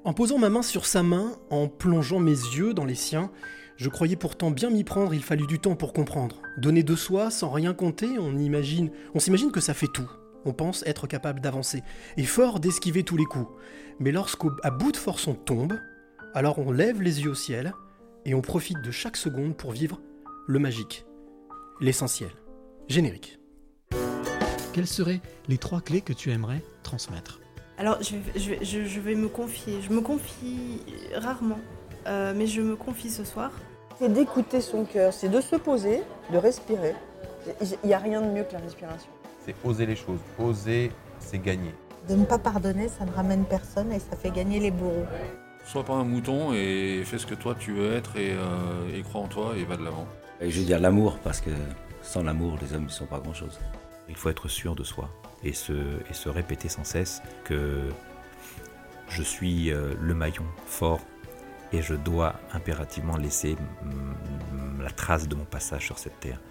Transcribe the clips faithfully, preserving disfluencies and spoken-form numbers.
En posant ma main sur sa main, en plongeant mes yeux dans les siens, je croyais pourtant bien m'y prendre, il fallut du temps pour comprendre. Donner de soi, sans rien compter, on imagine, on s'imagine que ça fait tout. On pense être capable d'avancer, et fort d'esquiver tous les coups. Mais lorsqu'à bout de force on tombe, alors on lève les yeux au ciel, et on profite de chaque seconde pour vivre le magique, l'essentiel. Générique. Quelles seraient les trois clés que tu aimerais transmettre ? Alors, je, je, je, je vais me confier. Je me confie rarement, euh, mais je me confie ce soir. C'est d'écouter son cœur, c'est de se poser, de respirer. Il n'y a rien de mieux que la respiration. C'est oser les choses. Oser, c'est gagner. De ne pas pardonner, ça ne ramène personne et ça fait gagner les bourreaux. Sois pas un mouton et fais ce que toi tu veux être et, euh, et crois en toi et va de l'avant. Et je veux dire l'amour, parce que sans l'amour, les hommes ne sont pas grand-chose. Il faut être sûr de soi et se, et se répéter sans cesse que je suis euh, le maillon fort et je dois impérativement laisser m- m- la trace de mon passage sur cette terre.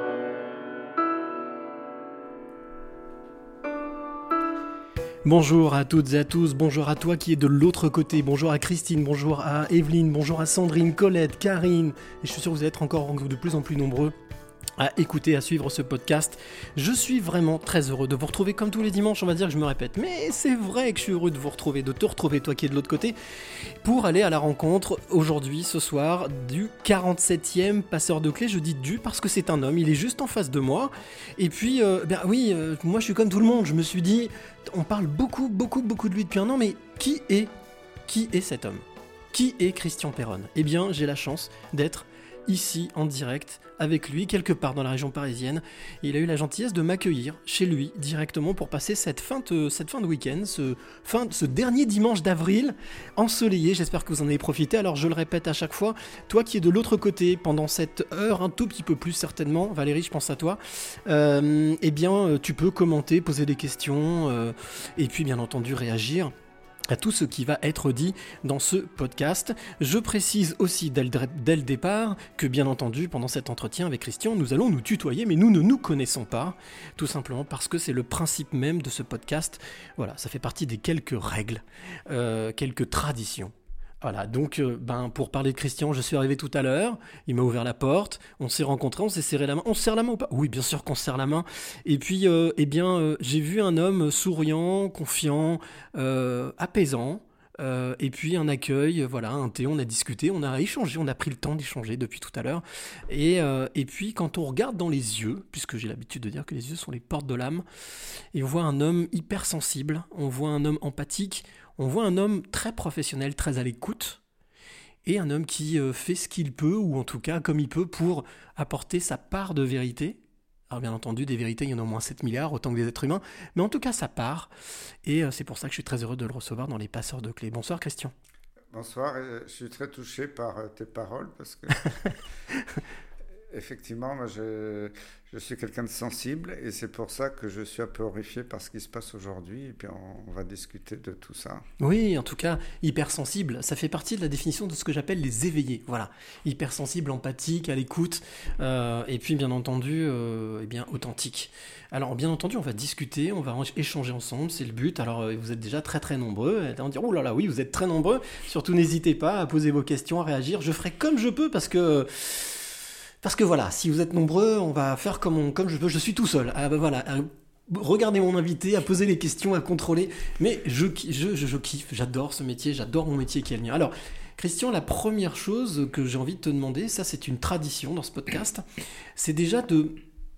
Bonjour à toutes et à tous, bonjour à toi qui es de l'autre côté, bonjour à Christine, bonjour à Evelyne, bonjour à Sandrine, Colette, Karine, et je suis sûr que vous allez être encore de plus en plus nombreux à écouter, à suivre ce podcast. Je suis vraiment très heureux de vous retrouver comme tous les dimanches, on va dire que je me répète, mais c'est vrai que je suis heureux de vous retrouver, de te retrouver toi qui es de l'autre côté, pour aller à la rencontre aujourd'hui, ce soir, du quarante-septième passeur de clés. Je dis du parce que c'est un homme, il est juste en face de moi, et puis, euh, ben oui, euh, moi je suis comme tout le monde, je me suis dit, on parle beaucoup, beaucoup, beaucoup de lui depuis un an, mais qui est, qui est cet homme ? Qui est Christian Perronne ? Eh bien, j'ai la chance d'être ici en direct avec lui, quelque part dans la région parisienne. Et il a eu la gentillesse de m'accueillir chez lui directement pour passer cette fin de, cette fin de week-end, ce, fin, ce dernier dimanche d'avril ensoleillé. J'espère que vous en avez profité. Alors je le répète à chaque fois, toi qui es de l'autre côté pendant cette heure, un tout petit peu plus certainement, Valérie, je pense à toi, euh, eh bien tu peux commenter, poser des questions euh, et puis bien entendu réagir à tout ce qui va être dit dans ce podcast. Je précise aussi dès le, dès le départ que bien entendu pendant cet entretien avec Christian nous allons nous tutoyer, mais nous ne nous connaissons pas, tout simplement parce que c'est le principe même de ce podcast. Voilà, ça fait partie des quelques règles, euh, quelques traditions. Voilà, donc euh, ben, pour parler de Christian, je suis arrivé tout à l'heure, il m'a ouvert la porte, on s'est rencontrés, on s'est serré la main. On se serre la main ou pas ? Oui, bien sûr qu'on se serre la main. Et puis, euh, eh bien, euh, j'ai vu un homme souriant, confiant, euh, apaisant, euh, et puis un accueil, voilà, un thé, on a discuté, on a échangé, on a pris le temps d'échanger depuis tout à l'heure. Et, euh, et puis, quand on regarde dans les yeux, puisque j'ai l'habitude de dire que les yeux sont les portes de l'âme, et on voit un homme hypersensible, on voit un homme empathique, on voit un homme très professionnel, très à l'écoute, et un homme qui euh, fait ce qu'il peut, ou en tout cas comme il peut, pour apporter sa part de vérité. Alors bien entendu, des vérités, il y en a au moins sept milliards, autant que des êtres humains, mais en tout cas sa part, et euh, c'est pour ça que je suis très heureux de le recevoir dans les passeurs de clés. Bonsoir Christian. Bonsoir, je suis très touché par tes paroles, parce que... Effectivement, moi je, je suis quelqu'un de sensible et c'est pour ça que je suis un peu horrifié par ce qui se passe aujourd'hui et puis on, on va discuter de tout ça. Oui, en tout cas, hypersensible, ça fait partie de la définition de ce que j'appelle les éveillés. Voilà, hypersensible, empathique, à l'écoute euh, et puis bien entendu, euh, eh bien, authentique. Alors bien entendu, on va discuter, on va échanger ensemble, c'est le but. Alors vous êtes déjà très très nombreux, et on va dire oh là là, oui, vous êtes très nombreux. Surtout n'hésitez pas à poser vos questions, à réagir. Je ferai comme je peux parce que... Parce que voilà, si vous êtes nombreux, on va faire comme, on, comme je peux. Je suis tout seul. Ah, ben voilà, à regarder mon invité, à poser les questions, à contrôler. Mais je, je, je, je kiffe, j'adore ce métier, j'adore mon métier qui est le mien. Alors, Christian, la première chose que j'ai envie de te demander, ça c'est une tradition dans ce podcast, c'est déjà de...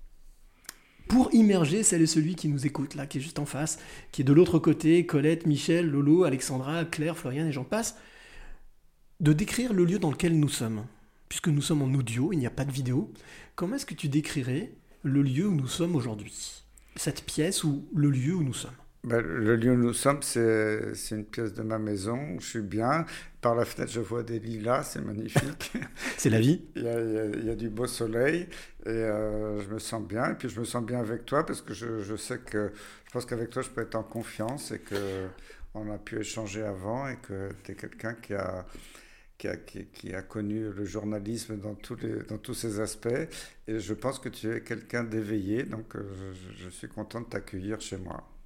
Pour immerger celle et celui qui nous écoute, là, qui est juste en face, qui est de l'autre côté, Colette, Michel, Lolo, Alexandra, Claire, Florian et j'en passe, de décrire le lieu dans lequel nous sommes. Puisque nous sommes en audio, il n'y a pas de vidéo, comment est-ce que tu décrirais le lieu où nous sommes aujourd'hui ? Cette pièce ou le lieu où nous sommes ? Ben, le lieu où nous sommes, c'est, c'est une pièce de ma maison, je suis bien. Par la fenêtre, je vois des lilas, c'est magnifique. C'est la vie. Il y a, il y a, il y a du beau soleil et euh, je me sens bien. Et puis je me sens bien avec toi parce que je, je sais que, je pense qu'avec toi, je peux être en confiance et qu'on a pu échanger avant et que tu es quelqu'un qui a... Qui a, qui, qui a connu le journalisme dans tous, les, dans tous ses aspects. Et je pense que tu es quelqu'un d'éveillé, donc euh, je, je suis content de t'accueillir chez moi.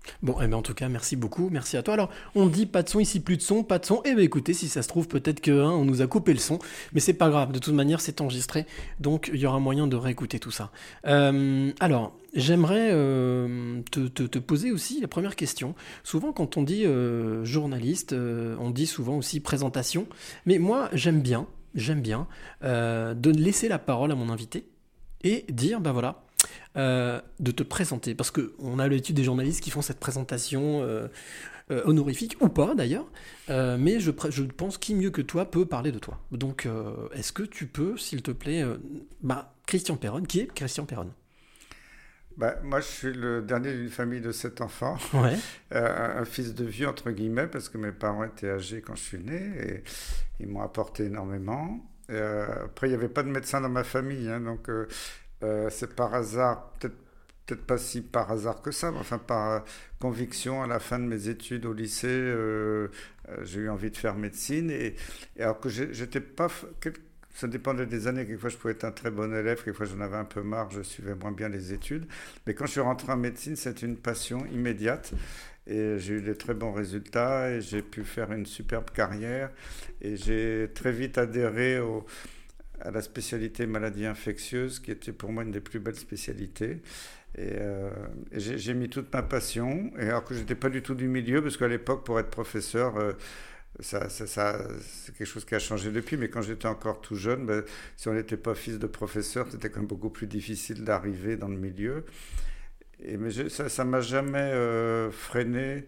Bon, eh ben en tout cas, merci beaucoup, merci à toi. Alors, on dit pas de son ici, plus de son, pas de son. Eh ben écoutez, si ça se trouve, peut-être que hein, on nous a coupé le son, mais c'est pas grave. De toute manière, c'est enregistré, donc il y aura moyen de réécouter tout ça. Euh, alors, j'aimerais euh, te, te, te poser aussi la première question. Souvent, quand on dit euh, journaliste, euh, on dit souvent aussi présentation. Mais moi, j'aime bien, j'aime bien euh, de laisser la parole à mon invité et dire, ben voilà. Euh, de te présenter, parce qu'on a l'habitude des journalistes qui font cette présentation euh, euh, honorifique, ou pas d'ailleurs, euh, mais je, je pense qui mieux que toi peut parler de toi. Donc euh, est-ce que tu peux, s'il te plaît, euh, bah, Christian Perron, qui est Christian Perron? Bah, moi, je suis le dernier d'une famille de sept enfants, ouais. euh, un fils de vieux, entre guillemets, parce que mes parents étaient âgés quand je suis né, et ils m'ont apporté énormément. Et, euh, après, il n'y avait pas de médecin dans ma famille, hein, donc... Euh, Euh, c'est par hasard, peut-être, peut-être pas si par hasard que ça, mais enfin par euh, conviction, à la fin de mes études au lycée, euh, euh, j'ai eu envie de faire médecine. Et, et alors que j'étais pas... Ça dépendait des années, quelquefois je pouvais être un très bon élève, quelquefois j'en avais un peu marre, je suivais moins bien les études. Mais quand je suis rentré en médecine, c'était une passion immédiate. Et j'ai eu des très bons résultats et j'ai pu faire une superbe carrière. Et j'ai très vite adhéré au... à la spécialité maladies infectieuses, qui était pour moi une des plus belles spécialités. Et, euh, et j'ai, j'ai mis toute ma passion, et alors que je n'étais pas du tout du milieu, parce qu'à l'époque, pour être professeur, euh, ça, ça, ça, c'est quelque chose qui a changé depuis, mais quand j'étais encore tout jeune, ben, si on n'était pas fils de professeur, c'était quand même beaucoup plus difficile d'arriver dans le milieu. Et, mais je, ça ne m'a jamais euh, freiné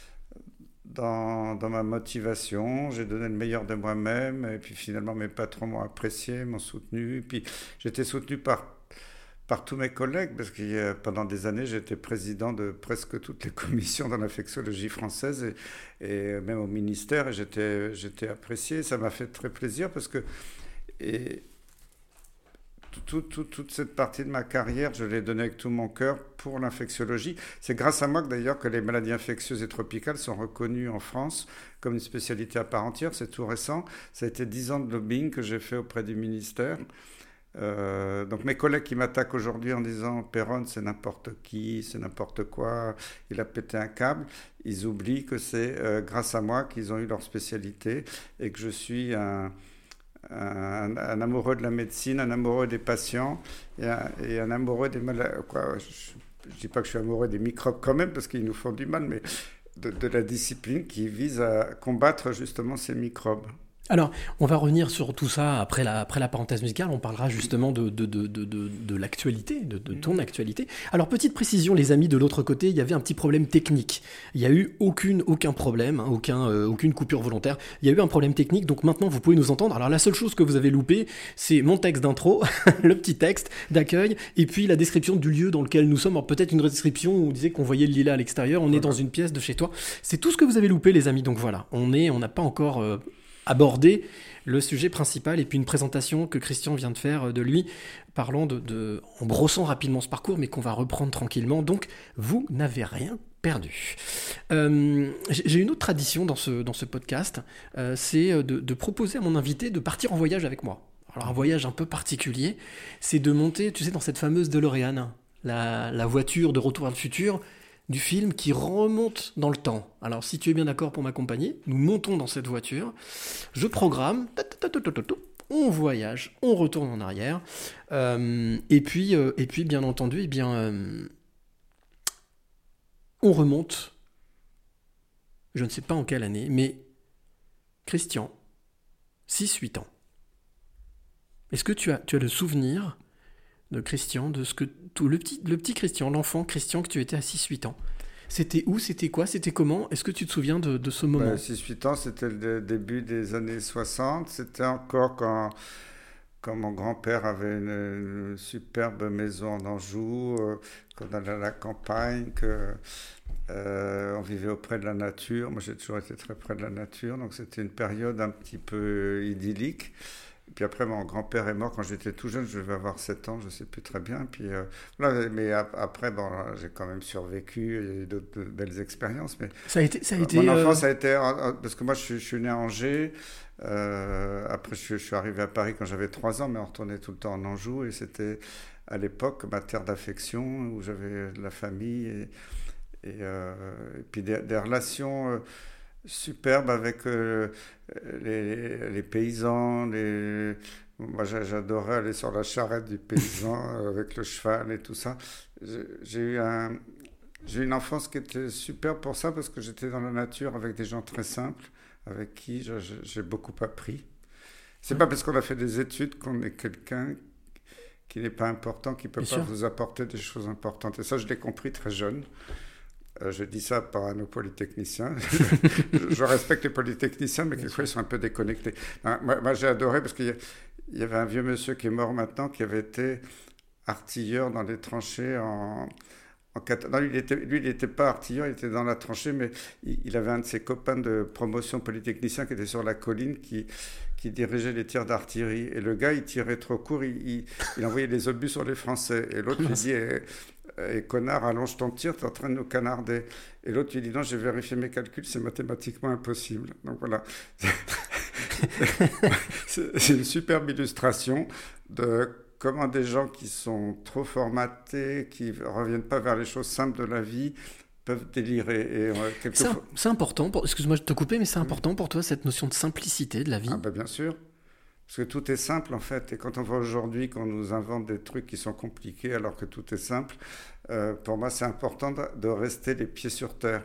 Dans, dans ma motivation. J'ai donné le meilleur de moi-même, et puis finalement mes patrons m'ont apprécié, m'ont soutenu, et puis j'étais soutenu par, par tous mes collègues, parce que euh, pendant des années j'étais président de presque toutes les commissions dans l'infectiologie française, et, et même au ministère, et j'étais, j'étais apprécié. Ça m'a fait très plaisir, parce que et, Tout, tout, toute cette partie de ma carrière, je l'ai donnée avec tout mon cœur pour l'infectiologie. C'est grâce à moi que d'ailleurs que les maladies infectieuses et tropicales sont reconnues en France comme une spécialité à part entière. C'est tout récent. Ça a été dix ans de lobbying que j'ai fait auprès du ministère. Euh, donc mes collègues qui m'attaquent aujourd'hui en disant « Perron, c'est n'importe qui, c'est n'importe quoi, il a pété un câble », ils oublient que c'est euh, grâce à moi qu'ils ont eu leur spécialité et que je suis un... Un, un amoureux de la médecine, un amoureux des patients et un, et un amoureux des malades. Quoi, je ne dis pas que je suis amoureux des microbes quand même, parce qu'ils nous font du mal, mais de, de la discipline qui vise à combattre justement ces microbes. Alors, on va revenir sur tout ça après la, après la parenthèse musicale. On parlera justement de, de, de, de, de, de l'actualité, de, de ton actualité. Alors, petite précision, les amis, de l'autre côté, il y avait un petit problème technique. Il n'y a eu aucune, aucun problème, hein, aucun, euh, aucune coupure volontaire. Il y a eu un problème technique, donc maintenant, vous pouvez nous entendre. Alors, la seule chose que vous avez loupé, c'est mon texte d'intro, le petit texte d'accueil, et puis la description du lieu dans lequel nous sommes. Alors, peut-être une description où on disait qu'on voyait le lilas à l'extérieur. On voilà. est dans une pièce de chez toi. C'est tout ce que vous avez loupé, les amis. Donc voilà, on est, on n'a pas encore... Euh, aborder le sujet principal et puis une présentation que Christian vient de faire de lui, parlant de, de en brossant rapidement ce parcours, mais qu'on va reprendre tranquillement. Donc, vous n'avez rien perdu. Euh, j'ai une autre tradition dans ce, dans ce podcast, euh, c'est de, de proposer à mon invité de partir en voyage avec moi. Alors, un voyage un peu particulier, c'est de monter, tu sais, dans cette fameuse DeLorean, la, la voiture de Retour vers le futur, du film qui remonte dans le temps. Alors, si tu es bien d'accord pour m'accompagner, nous montons dans cette voiture, je programme, on voyage, on retourne en arrière, euh, et, puis, euh, et puis, bien entendu, eh bien, euh, on remonte, je ne sais pas en quelle année, mais Christian, six huit ans. Est-ce que tu as, tu as le souvenir de Christian, de ce que tout, le, petit, le petit Christian, l'enfant Christian que tu étais à six huit ans? C'était où? C'était quoi? C'était comment? Est-ce que tu te souviens de, de ce moment? bah, six huit ans, c'était le début des années soixante. C'était encore quand, quand mon grand-père avait une, une superbe maison en Anjou, euh, quand on allait à la campagne, que, euh, on vivait auprès de la nature. Moi, j'ai toujours été très près de la nature, donc c'était une période un petit peu idyllique. Puis après, mon grand-père est mort quand j'étais tout jeune, je devais avoir sept ans, je ne sais plus très bien. Puis, euh, voilà, mais après, bon, j'ai quand même survécu, il y a eu d'autres belles expériences. Mais ça a été, ça a été, mon enfance euh... a été... Parce que moi, je, je suis né à Angers. Euh, après, je, je suis arrivé à Paris quand j'avais trois ans, mais on retournait tout le temps en Anjou. Et c'était, à l'époque, ma terre d'affection, où j'avais de la famille. Et, Et, euh, et puis des, des relations euh, superbes avec euh, les, les paysans. Les... Moi, j'adorais aller sur la charrette du paysan avec le cheval et tout ça. J'ai eu, un, j'ai eu une enfance qui était super pour ça parce que j'étais dans la nature avec des gens très simples avec qui j'ai beaucoup appris. C'est pas parce qu'on a fait des études qu'on est quelqu'un qui n'est pas important, qui ne peut Bien pas sûr. Vous apporter des choses importantes. Et ça, je l'ai compris très jeune. Euh, je dis ça par à nos polytechniciens. je, je respecte les polytechniciens, mais quelquefois, ils sont un peu déconnectés. Non, moi, moi, j'ai adoré parce qu'il y, y avait un vieux monsieur qui est mort maintenant, qui avait été artilleur dans les tranchées en... en Cat... Non, lui, il était, lui, il n'était pas artilleur, il était dans la tranchée, mais il, il avait un de ses copains de promotion polytechnicien qui était sur la colline, qui... qui dirigeait les tirs d'artillerie. Et le gars, il tirait trop court, il, il, il envoyait des obus sur les Français. Et l'autre lui dit, eh, eh, connard, allonge ton tir, tu es en train de nous canarder. Et l'autre lui dit, non, j'ai vérifié mes calculs, c'est mathématiquement impossible. Donc voilà. C'est une superbe illustration de comment des gens qui sont trop formatés, qui ne reviennent pas vers les choses simples de la vie, peuvent délirer. Et, euh, c'est, fois... c'est important, pour... excuse-moi de te couper, mais c'est important pour toi cette notion de simplicité de la vie. Ah ben bien sûr, parce que tout est simple en fait, et quand on voit aujourd'hui qu'on nous invente des trucs qui sont compliqués alors que tout est simple, euh, pour moi c'est important de, de rester les pieds sur terre.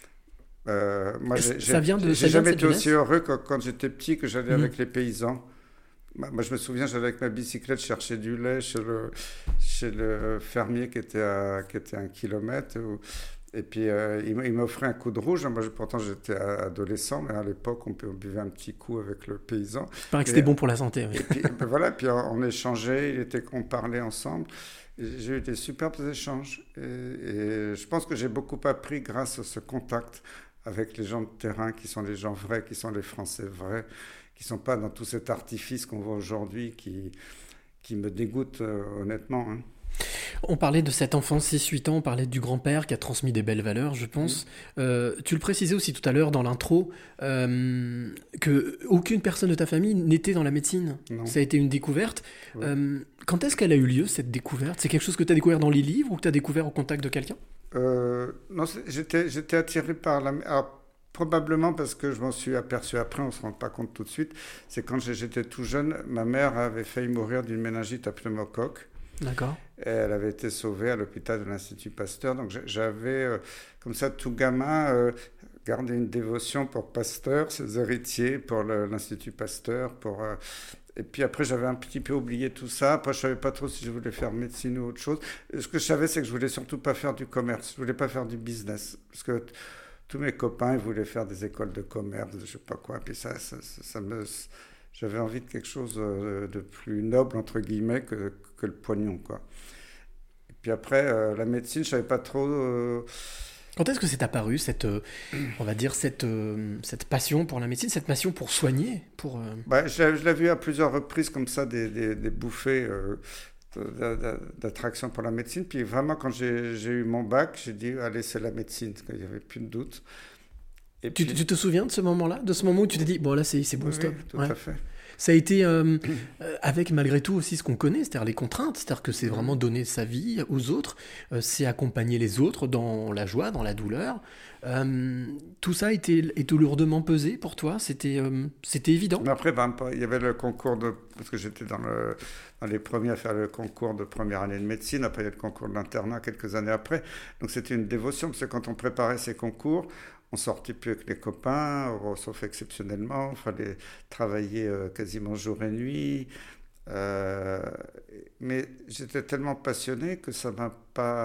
Euh, moi j'ai, ça vient de, j'ai ça jamais vient été de aussi heureux que quand j'étais petit que j'allais mmh. avec les paysans. Moi, je me souviens, j'allais avec ma bicyclette chercher du lait chez le, chez le fermier qui était à, qui était à un kilomètre. Où, et puis, euh, il m'offrait un coup de rouge. Moi, je, pourtant, j'étais adolescent, mais à l'époque, on, on buvait un petit coup avec le paysan. Il paraît que c'était bon pour la santé. Oui. Et puis, ben voilà, puis on, on échangeait, il était qu'on parlait ensemble. Et j'ai eu des superbes échanges. Et, et je pense que j'ai beaucoup appris grâce à ce contact avec les gens de terrain, qui sont les gens vrais, qui sont les Français vrais, qui ne sont pas dans tout cet artifice qu'on voit aujourd'hui, qui, qui me dégoûte euh, honnêtement. Hein. On parlait de cette enfance six huit ans, on parlait du grand-père qui a transmis des belles valeurs, je pense. Mmh. Euh, tu le précisais aussi tout à l'heure dans l'intro, euh, qu'aucune personne de ta famille n'était dans la médecine. Non. Ça a été une découverte. Oui. Euh, quand est-ce qu'elle a eu lieu, cette découverte ? C'est quelque chose que tu as découvert dans les livres ou que tu as découvert au contact de quelqu'un ? euh, Non, j'étais, j'étais attiré par la... Alors, probablement parce que je m'en suis aperçu après, on ne se rend pas compte tout de suite, c'est quand j'étais tout jeune, ma mère avait failli mourir d'une méningite à pneumocoque. D'accord. Et elle avait été sauvée à l'hôpital de l'Institut Pasteur. Donc j'avais, euh, comme ça, tout gamin, euh, gardé une dévotion pour Pasteur, ses héritiers, pour le, l'Institut Pasteur. Pour, euh, et puis après, j'avais un petit peu oublié tout ça. Après, je ne savais pas trop si je voulais faire médecine ou autre chose. Et ce que je savais, c'est que je ne voulais surtout pas faire du commerce. Je ne voulais pas faire du business. Parce que t- tous mes copains, ils voulaient faire des écoles de commerce, je ne sais pas quoi. Puis ça, ça, ça, ça me... J'avais envie de quelque chose de plus noble, entre guillemets, que, que le pognon, quoi. Et puis après, euh, la médecine, je ne savais pas trop... Euh... Quand est-ce que c'est apparu, cette, euh, on va dire, cette, euh, cette passion pour la médecine, cette passion pour soigner pour, euh... bah, je, je l'ai vu à plusieurs reprises, comme ça, des, des, des bouffées euh, d'attraction pour la médecine. Puis vraiment, quand j'ai, j'ai eu mon bac, j'ai dit, allez, c'est la médecine, parce qu'il n'y avait plus de doute. Et tu, puis... tu te souviens de ce moment-là, de ce moment où tu t'es dit, bon là, c'est, c'est bon, oui, stop. Oui, tout ouais. à fait. Ça a été euh, avec malgré tout aussi ce qu'on connaît, c'est-à-dire les contraintes, c'est-à-dire que c'est vraiment donner sa vie aux autres, euh, c'est accompagner les autres dans la joie, dans la douleur. Euh, tout ça était, était lourdement pesé pour toi, c'était, euh, c'était évident. Mais après, ben, il y avait le concours de... Parce que j'étais dans, le, dans les premiers à faire le concours de première année de médecine, après il y a le concours de l'internat quelques années après. Donc c'était une dévotion, parce que quand on préparait ces concours, on sortait plus avec les copains, sauf exceptionnellement. Il fallait travailler euh, quasiment jour et nuit. Euh, mais j'étais tellement passionné que ça m'a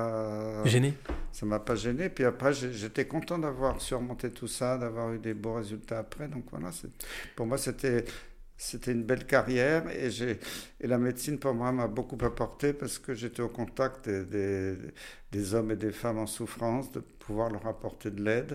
pas gêné. Ça m'a pas gêné. Puis après, j'étais content d'avoir surmonté tout ça, d'avoir eu des beaux résultats après. Donc voilà, c'est, pour moi, c'était c'était une belle carrière. Et j'ai et la médecine pour moi m'a beaucoup apporté parce que j'étais au contact des, des, des hommes et des femmes en souffrance, de pouvoir leur apporter de l'aide.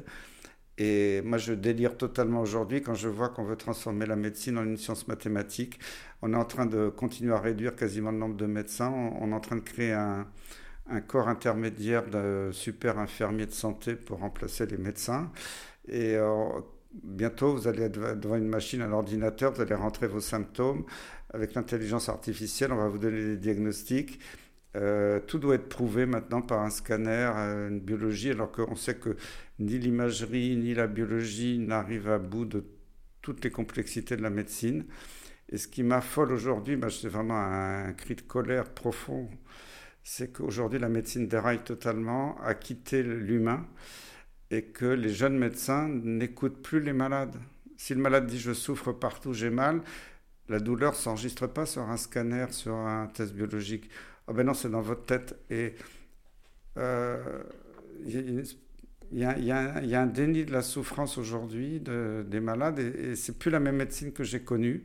Et moi, je délire totalement aujourd'hui quand je vois qu'on veut transformer la médecine en une science mathématique. On est en train de continuer à réduire quasiment le nombre de médecins. On est en train de créer un, un corps intermédiaire de super infirmiers de santé pour remplacer les médecins. Et euh, bientôt, vous allez être devant une machine, un ordinateur, vous allez rentrer vos symptômes. Avec l'intelligence artificielle, on va vous donner des diagnostics. Euh, tout doit être prouvé maintenant par un scanner, euh, une biologie, alors qu'on sait que ni l'imagerie ni la biologie n'arrivent à bout de toutes les complexités de la médecine. Et ce qui m'affole aujourd'hui, bah, c'est vraiment un, un cri de colère profond, c'est qu'aujourd'hui la médecine déraille totalement, a quitté l'humain et que les jeunes médecins n'écoutent plus les malades. Si le malade dit « je souffre partout, j'ai mal », la douleur ne s'enregistre pas sur un scanner, sur un test biologique. Ah ben non, c'est dans votre tête. Et il euh, y, y, y, y a un déni de la souffrance aujourd'hui de, des malades et, et ce n'est plus la même médecine que j'ai connue.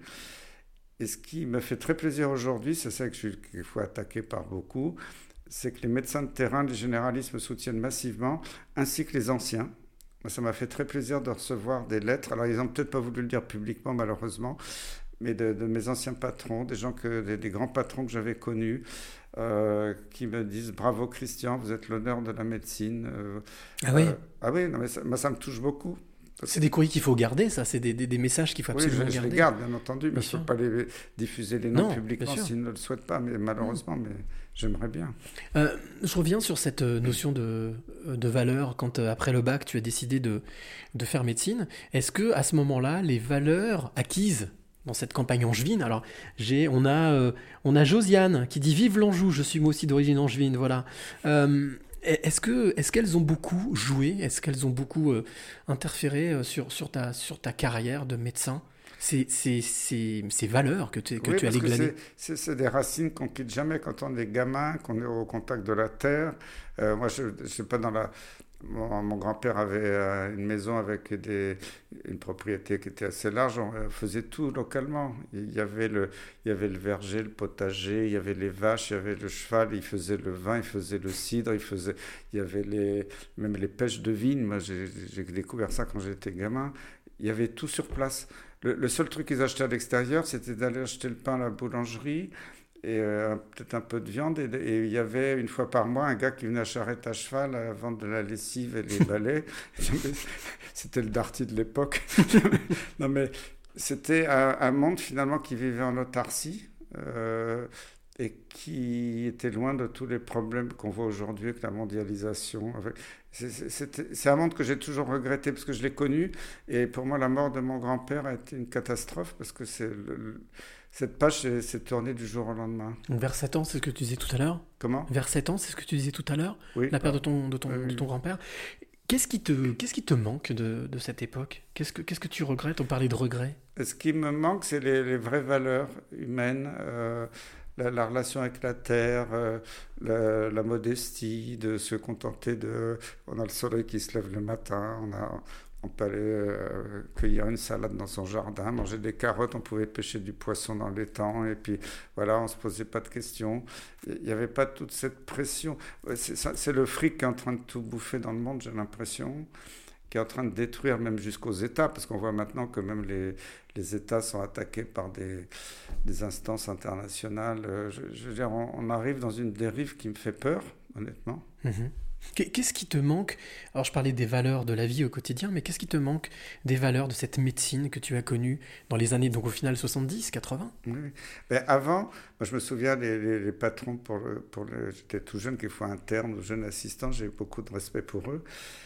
Et ce qui me fait très plaisir aujourd'hui, c'est ça que je suis quelquefois attaqué par beaucoup, c'est que les médecins de terrain, les généralistes me soutiennent massivement, ainsi que les anciens. Moi, ça m'a fait très plaisir de recevoir des lettres. Alors, ils n'ont peut-être pas voulu le dire publiquement, malheureusement, mais de, de mes anciens patrons, des gens que, des, des grands patrons que j'avais connus, euh, qui me disent « Bravo Christian, vous êtes l'honneur de la médecine. Euh, » Ah oui euh, Ah oui, non, mais ça, moi, ça me touche beaucoup. C'est des courriers qu'il faut garder, ça, c'est des, des, des messages qu'il faut absolument oui, je, garder. Je les garde, bien entendu, mais bien je ne peux pas les diffuser les noms non, publiquement s'ils ne le souhaitent pas, mais malheureusement, mais j'aimerais bien. Euh, je reviens sur cette notion de, de valeur, quand après le bac, tu as décidé de, de faire médecine. Est-ce que à ce moment-là, les valeurs acquises dans cette campagne angevine, alors j'ai, on, a, euh, on a Josiane qui dit « Vive l'Anjou, je suis moi aussi d'origine angevine », voilà. Euh, Est-ce que, est-ce qu'elles ont beaucoup joué? Est-ce qu'elles ont beaucoup euh, interféré euh, sur, sur, ta, sur ta carrière de médecin? Ces, ces, ces, ces valeurs que, que oui, tu as déglanées? C'est, c'est des racines qu'on ne quitte jamais quand on est gamin, qu'on est au contact de la terre. Euh, moi, je ne sais pas dans la... Mon, mon grand-père avait euh, une maison avec des, une propriété qui était assez large. On euh, faisait tout localement. Il y avait le, il y avait le verger, le potager, il y avait les vaches, il y avait le cheval. Il faisait le vin, il faisait le cidre, il faisait, il y avait les, même les pêches de vigne. Moi, j'ai, j'ai découvert ça quand j'étais gamin. Il y avait tout sur place. Le, le seul truc qu'ils achetaient à l'extérieur, c'était d'aller acheter le pain à la boulangerie et euh, peut-être un peu de viande. Et, et il y avait une fois par mois un gars qui venait à charrette à cheval à vendre de la lessive et les balais. C'était le Darty de l'époque. Non mais c'était un, un monde finalement qui vivait en autarcie euh, et qui était loin de tous les problèmes qu'on voit aujourd'hui avec la mondialisation. Avec... C'est, c'est, c'est un monde que j'ai toujours regretté parce que je l'ai connu et pour moi la mort de mon grand-père a été une catastrophe parce que c'est le, le cette page s'est, s'est tournée du jour au lendemain. Donc vers sept ans, c'est ce que tu disais tout à l'heure? Comment? Vers sept ans, c'est ce que tu disais tout à l'heure? Oui. La perte de ton, de ton, oui, de ton oui. grand-père. Qu'est-ce qui te, qu'est-ce qui te manque de, de cette époque? Qu'est-ce que, qu'est-ce que tu regrettes? On parlait de regrets. Ce qui me manque, c'est les, les vraies valeurs humaines, euh, la, la relation avec la terre, euh, la, la modestie, de se contenter de... On a le soleil qui se lève le matin, on a... On peut aller euh, cueillir une salade dans son jardin, manger des carottes, on pouvait pêcher du poisson dans l'étang, et puis voilà, on ne se posait pas de questions. Il n'y avait pas toute cette pression. C'est, c'est le fric qui est en train de tout bouffer dans le monde, j'ai l'impression, qui est en train de détruire même jusqu'aux États, parce qu'on voit maintenant que même les, les États sont attaqués par des, des instances internationales. Je, je veux dire, on, on arrive dans une dérive qui me fait peur, honnêtement. Mmh. Qu'est-ce qui te manque? Alors je parlais des valeurs de la vie au quotidien, mais qu'est-ce qui te manque des valeurs de cette médecine que tu as connue dans les années, donc au final soixante-dix, quatre-vingts? Oui. Mais avant, moi je me souviens les, les, les patrons, pour le, pour le, j'étais tout jeune, quelquefois interne ou jeune assistant, j'ai eu beaucoup de respect pour eux.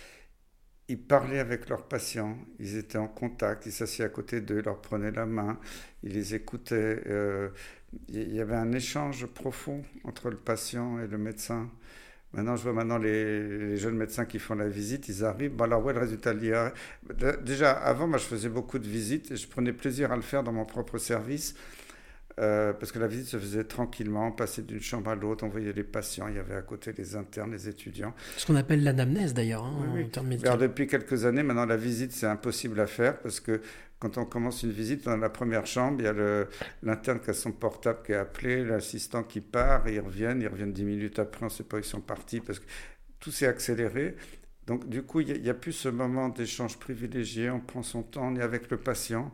Ils parlaient avec leurs patients, ils étaient en contact, ils s'assiedent à côté d'eux, ils leur prenaient la main, ils les écoutaient. Euh, il y avait un échange profond entre le patient et le médecin. Maintenant, je vois maintenant les, les jeunes médecins qui font la visite, ils arrivent. Bon, alors, ouais, le résultat de l'I A. Déjà, avant, moi, je faisais beaucoup de visites et je prenais plaisir à le faire dans mon propre service euh, parce que la visite se faisait tranquillement, on passait d'une chambre à l'autre, on voyait les patients, il y avait à côté les internes, les étudiants. Ce qu'on appelle l'anamnèse, d'ailleurs, hein, oui, oui. en termes médicaux. Alors, depuis quelques années, maintenant, la visite, c'est impossible à faire parce que quand on commence une visite, dans la première chambre, il y a le, l'interne qui a son portable qui est appelé, l'assistant qui part, et ils reviennent, ils reviennent dix minutes après, on ne sait pas où ils sont partis, parce que tout s'est accéléré. Donc du coup, il n'y a, a plus ce moment d'échange privilégié, on prend son temps, on est avec le patient,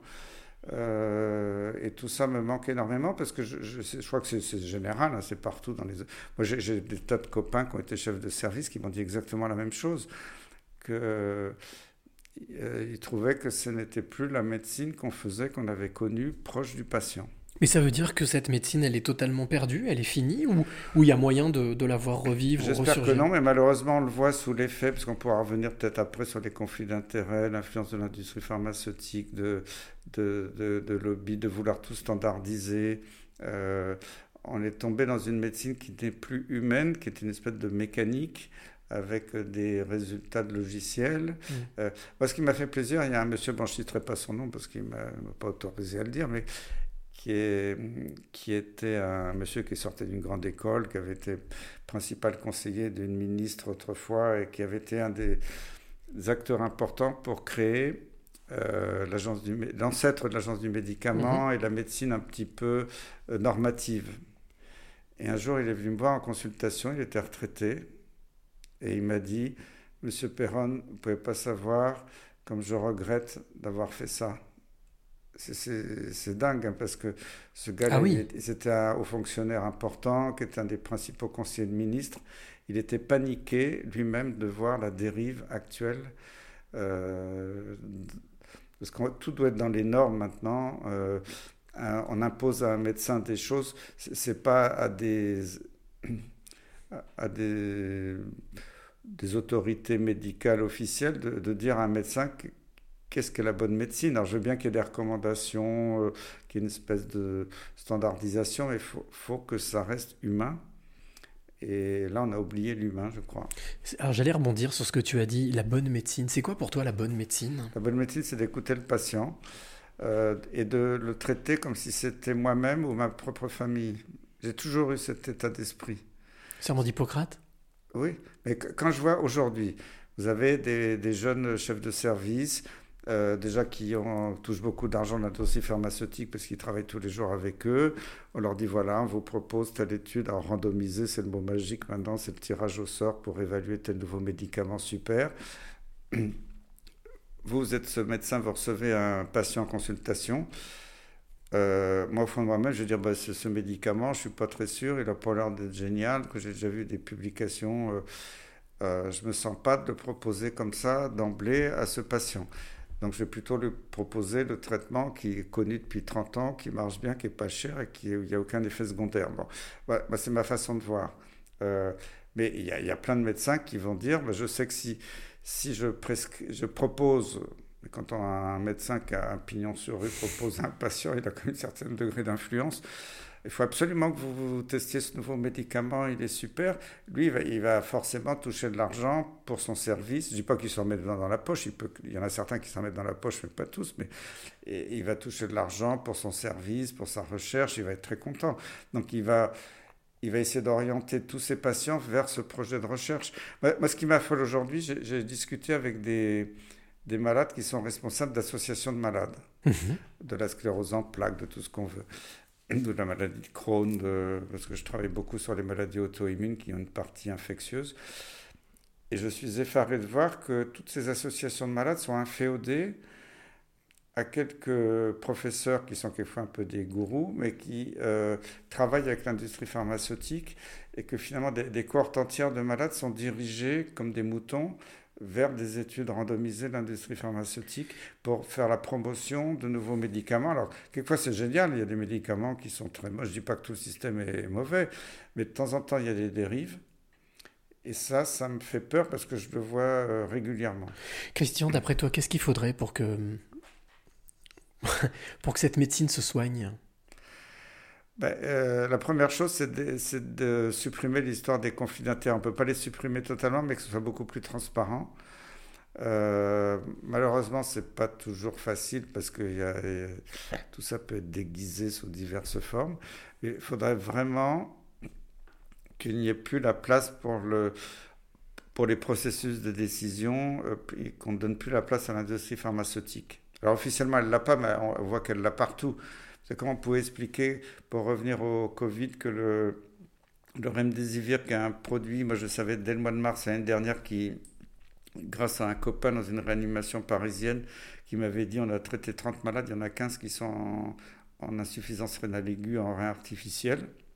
euh, et tout ça me manque énormément, parce que je, je, je crois que c'est, c'est général, hein, c'est partout. Dans les... Moi, j'ai, j'ai des tas de copains qui ont été chefs de service qui m'ont dit exactement la même chose, que... Euh, il trouvait que ce n'était plus la médecine qu'on faisait, qu'on avait connue proche du patient. Mais ça veut dire que cette médecine, elle est totalement perdue, elle est finie, ou ou il y a moyen de, de la voir revivre, J'espère ressurgir? que non, mais malheureusement, on le voit sous l'effet, parce qu'on pourra revenir peut-être après sur les conflits d'intérêts, l'influence de l'industrie pharmaceutique, de, de, de, de lobby, de vouloir tout standardiser. Euh, on est tombé dans une médecine qui n'est plus humaine, qui est une espèce de mécanique, avec des résultats de logiciels. Mmh. Euh, moi, ce qui m'a fait plaisir, il y a un monsieur, bon, je ne citerai pas son nom parce qu'il ne m'a pas autorisé à le dire, mais qui, est, qui était un monsieur qui sortait d'une grande école, qui avait été principal conseiller d'une ministre autrefois et qui avait été un des, des acteurs importants pour créer euh, l'agence du, l'ancêtre de l'agence du médicament mmh. et la médecine un petit peu euh, normative. Et un jour, il est venu me voir en consultation, il était retraité. Et il m'a dit, Monsieur Perron, vous ne pouvez pas savoir comme je regrette d'avoir fait ça. C'est, c'est, c'est dingue, hein, parce que ce gars-là, ah oui. il, c'était un haut fonctionnaire important, qui était un des principaux conseillers de ministre. Il était paniqué lui-même de voir la dérive actuelle. Euh, parce que tout doit être dans les normes maintenant. Euh, un, on impose à un médecin des choses. C'est, c'est pas à des... à des... des autorités médicales officielles de, de dire à un médecin qu'est-ce qu'est la bonne médecine. Alors je veux bien qu'il y ait des recommandations, euh, qu'il y ait une espèce de standardisation, mais il faut, faut que ça reste humain. Et là, on a oublié l'humain, je crois. Alors j'allais rebondir sur ce que tu as dit, la bonne médecine. C'est quoi pour toi la bonne médecine ? La bonne médecine, c'est d'écouter le patient euh, et de le traiter comme si c'était moi-même ou ma propre famille. J'ai toujours eu cet état d'esprit. Serment d'Hippocrate ? Oui, mais quand je vois aujourd'hui, vous avez des, des jeunes chefs de service, euh, déjà qui ont, touchent beaucoup d'argent dans l'industrie pharmaceutique parce qu'ils travaillent tous les jours avec eux. On leur dit, voilà, on vous propose telle étude, alors randomiser, c'est le mot magique maintenant, c'est le tirage au sort pour évaluer tel nouveau médicament, super. Vous, vous êtes ce médecin, vous recevez un patient en consultation. Euh, moi, au fond de moi-même, je vais dire, bah, ce, ce médicament, je ne suis pas très sûr, il n'a pas l'air d'être génial, que j'ai déjà vu des publications, euh, euh, je ne me sens pas de le proposer comme ça d'emblée à ce patient. Donc, je vais plutôt lui proposer le traitement qui est connu depuis trente ans, qui marche bien, qui n'est pas cher et qui n'y a aucun effet secondaire. Bon, bah, bah, c'est ma façon de voir. Euh, mais il y, y a plein de médecins qui vont dire, bah, je sais que si, si je, prescri- je propose... Mais quand on a un médecin qui a un pignon sur rue propose à un patient, il a quand même un certain degré d'influence. Il faut absolument que vous, vous testiez ce nouveau médicament, il est super. Lui, il va, il va forcément toucher de l'argent pour son service. Je ne dis pas qu'il s'en met dans la poche, il, peut, il y en a certains qui s'en mettent dans la poche, mais pas tous. Mais et, il va toucher de l'argent pour son service, pour sa recherche, il va être très content. Donc il va... Il va essayer d'orienter tous ses patients vers ce projet de recherche. Moi, moi ce qui m'affole aujourd'hui, j'ai, j'ai discuté avec des... des malades qui sont responsables d'associations de malades, mmh. de la sclérose en plaques, de tout ce qu'on veut, de la maladie de Crohn, de... parce que je travaille beaucoup sur les maladies auto-immunes qui ont une partie infectieuse. Et je suis effaré de voir que toutes ces associations de malades sont inféodées à quelques professeurs qui sont quelquefois un peu des gourous, mais qui euh, travaillent avec l'industrie pharmaceutique et que finalement des, des cohortes entières de malades sont dirigées comme des moutons vers des études randomisées de l'industrie pharmaceutique pour faire la promotion de nouveaux médicaments. Alors, quelquefois, c'est génial, il y a des médicaments qui sont très... Moi, je ne dis pas que tout le système est mauvais, mais de temps en temps, il y a des dérives. Et ça, ça me fait peur parce que je le vois euh, régulièrement. Christian, d'après toi, qu'est-ce qu'il faudrait pour que, pour que cette médecine se soigne ? Ben, euh, la première chose, c'est de, c'est de supprimer l'histoire des conflits d'intérêts. On ne peut pas les supprimer totalement, mais que ce soit beaucoup plus transparent. Euh, malheureusement, ce n'est pas toujours facile parce que y a, y a, tout ça peut être déguisé sous diverses formes. Mais il faudrait vraiment qu'il n'y ait plus la place pour, le, pour les processus de décision, euh, et qu'on ne donne plus la place à l'industrie pharmaceutique. Alors officiellement, elle ne l'a pas, mais on voit qu'elle l'a partout. C'est comment on pouvait expliquer, pour revenir au Covid, que le, le Remdesivir, qui est un produit, moi je savais dès le mois de mars l'année dernière, qui, grâce à un copain dans une réanimation parisienne, qui m'avait dit on a traité trente malades, il y en a quinze qui sont en, en insuffisance rénale aiguë, en rein artificiel.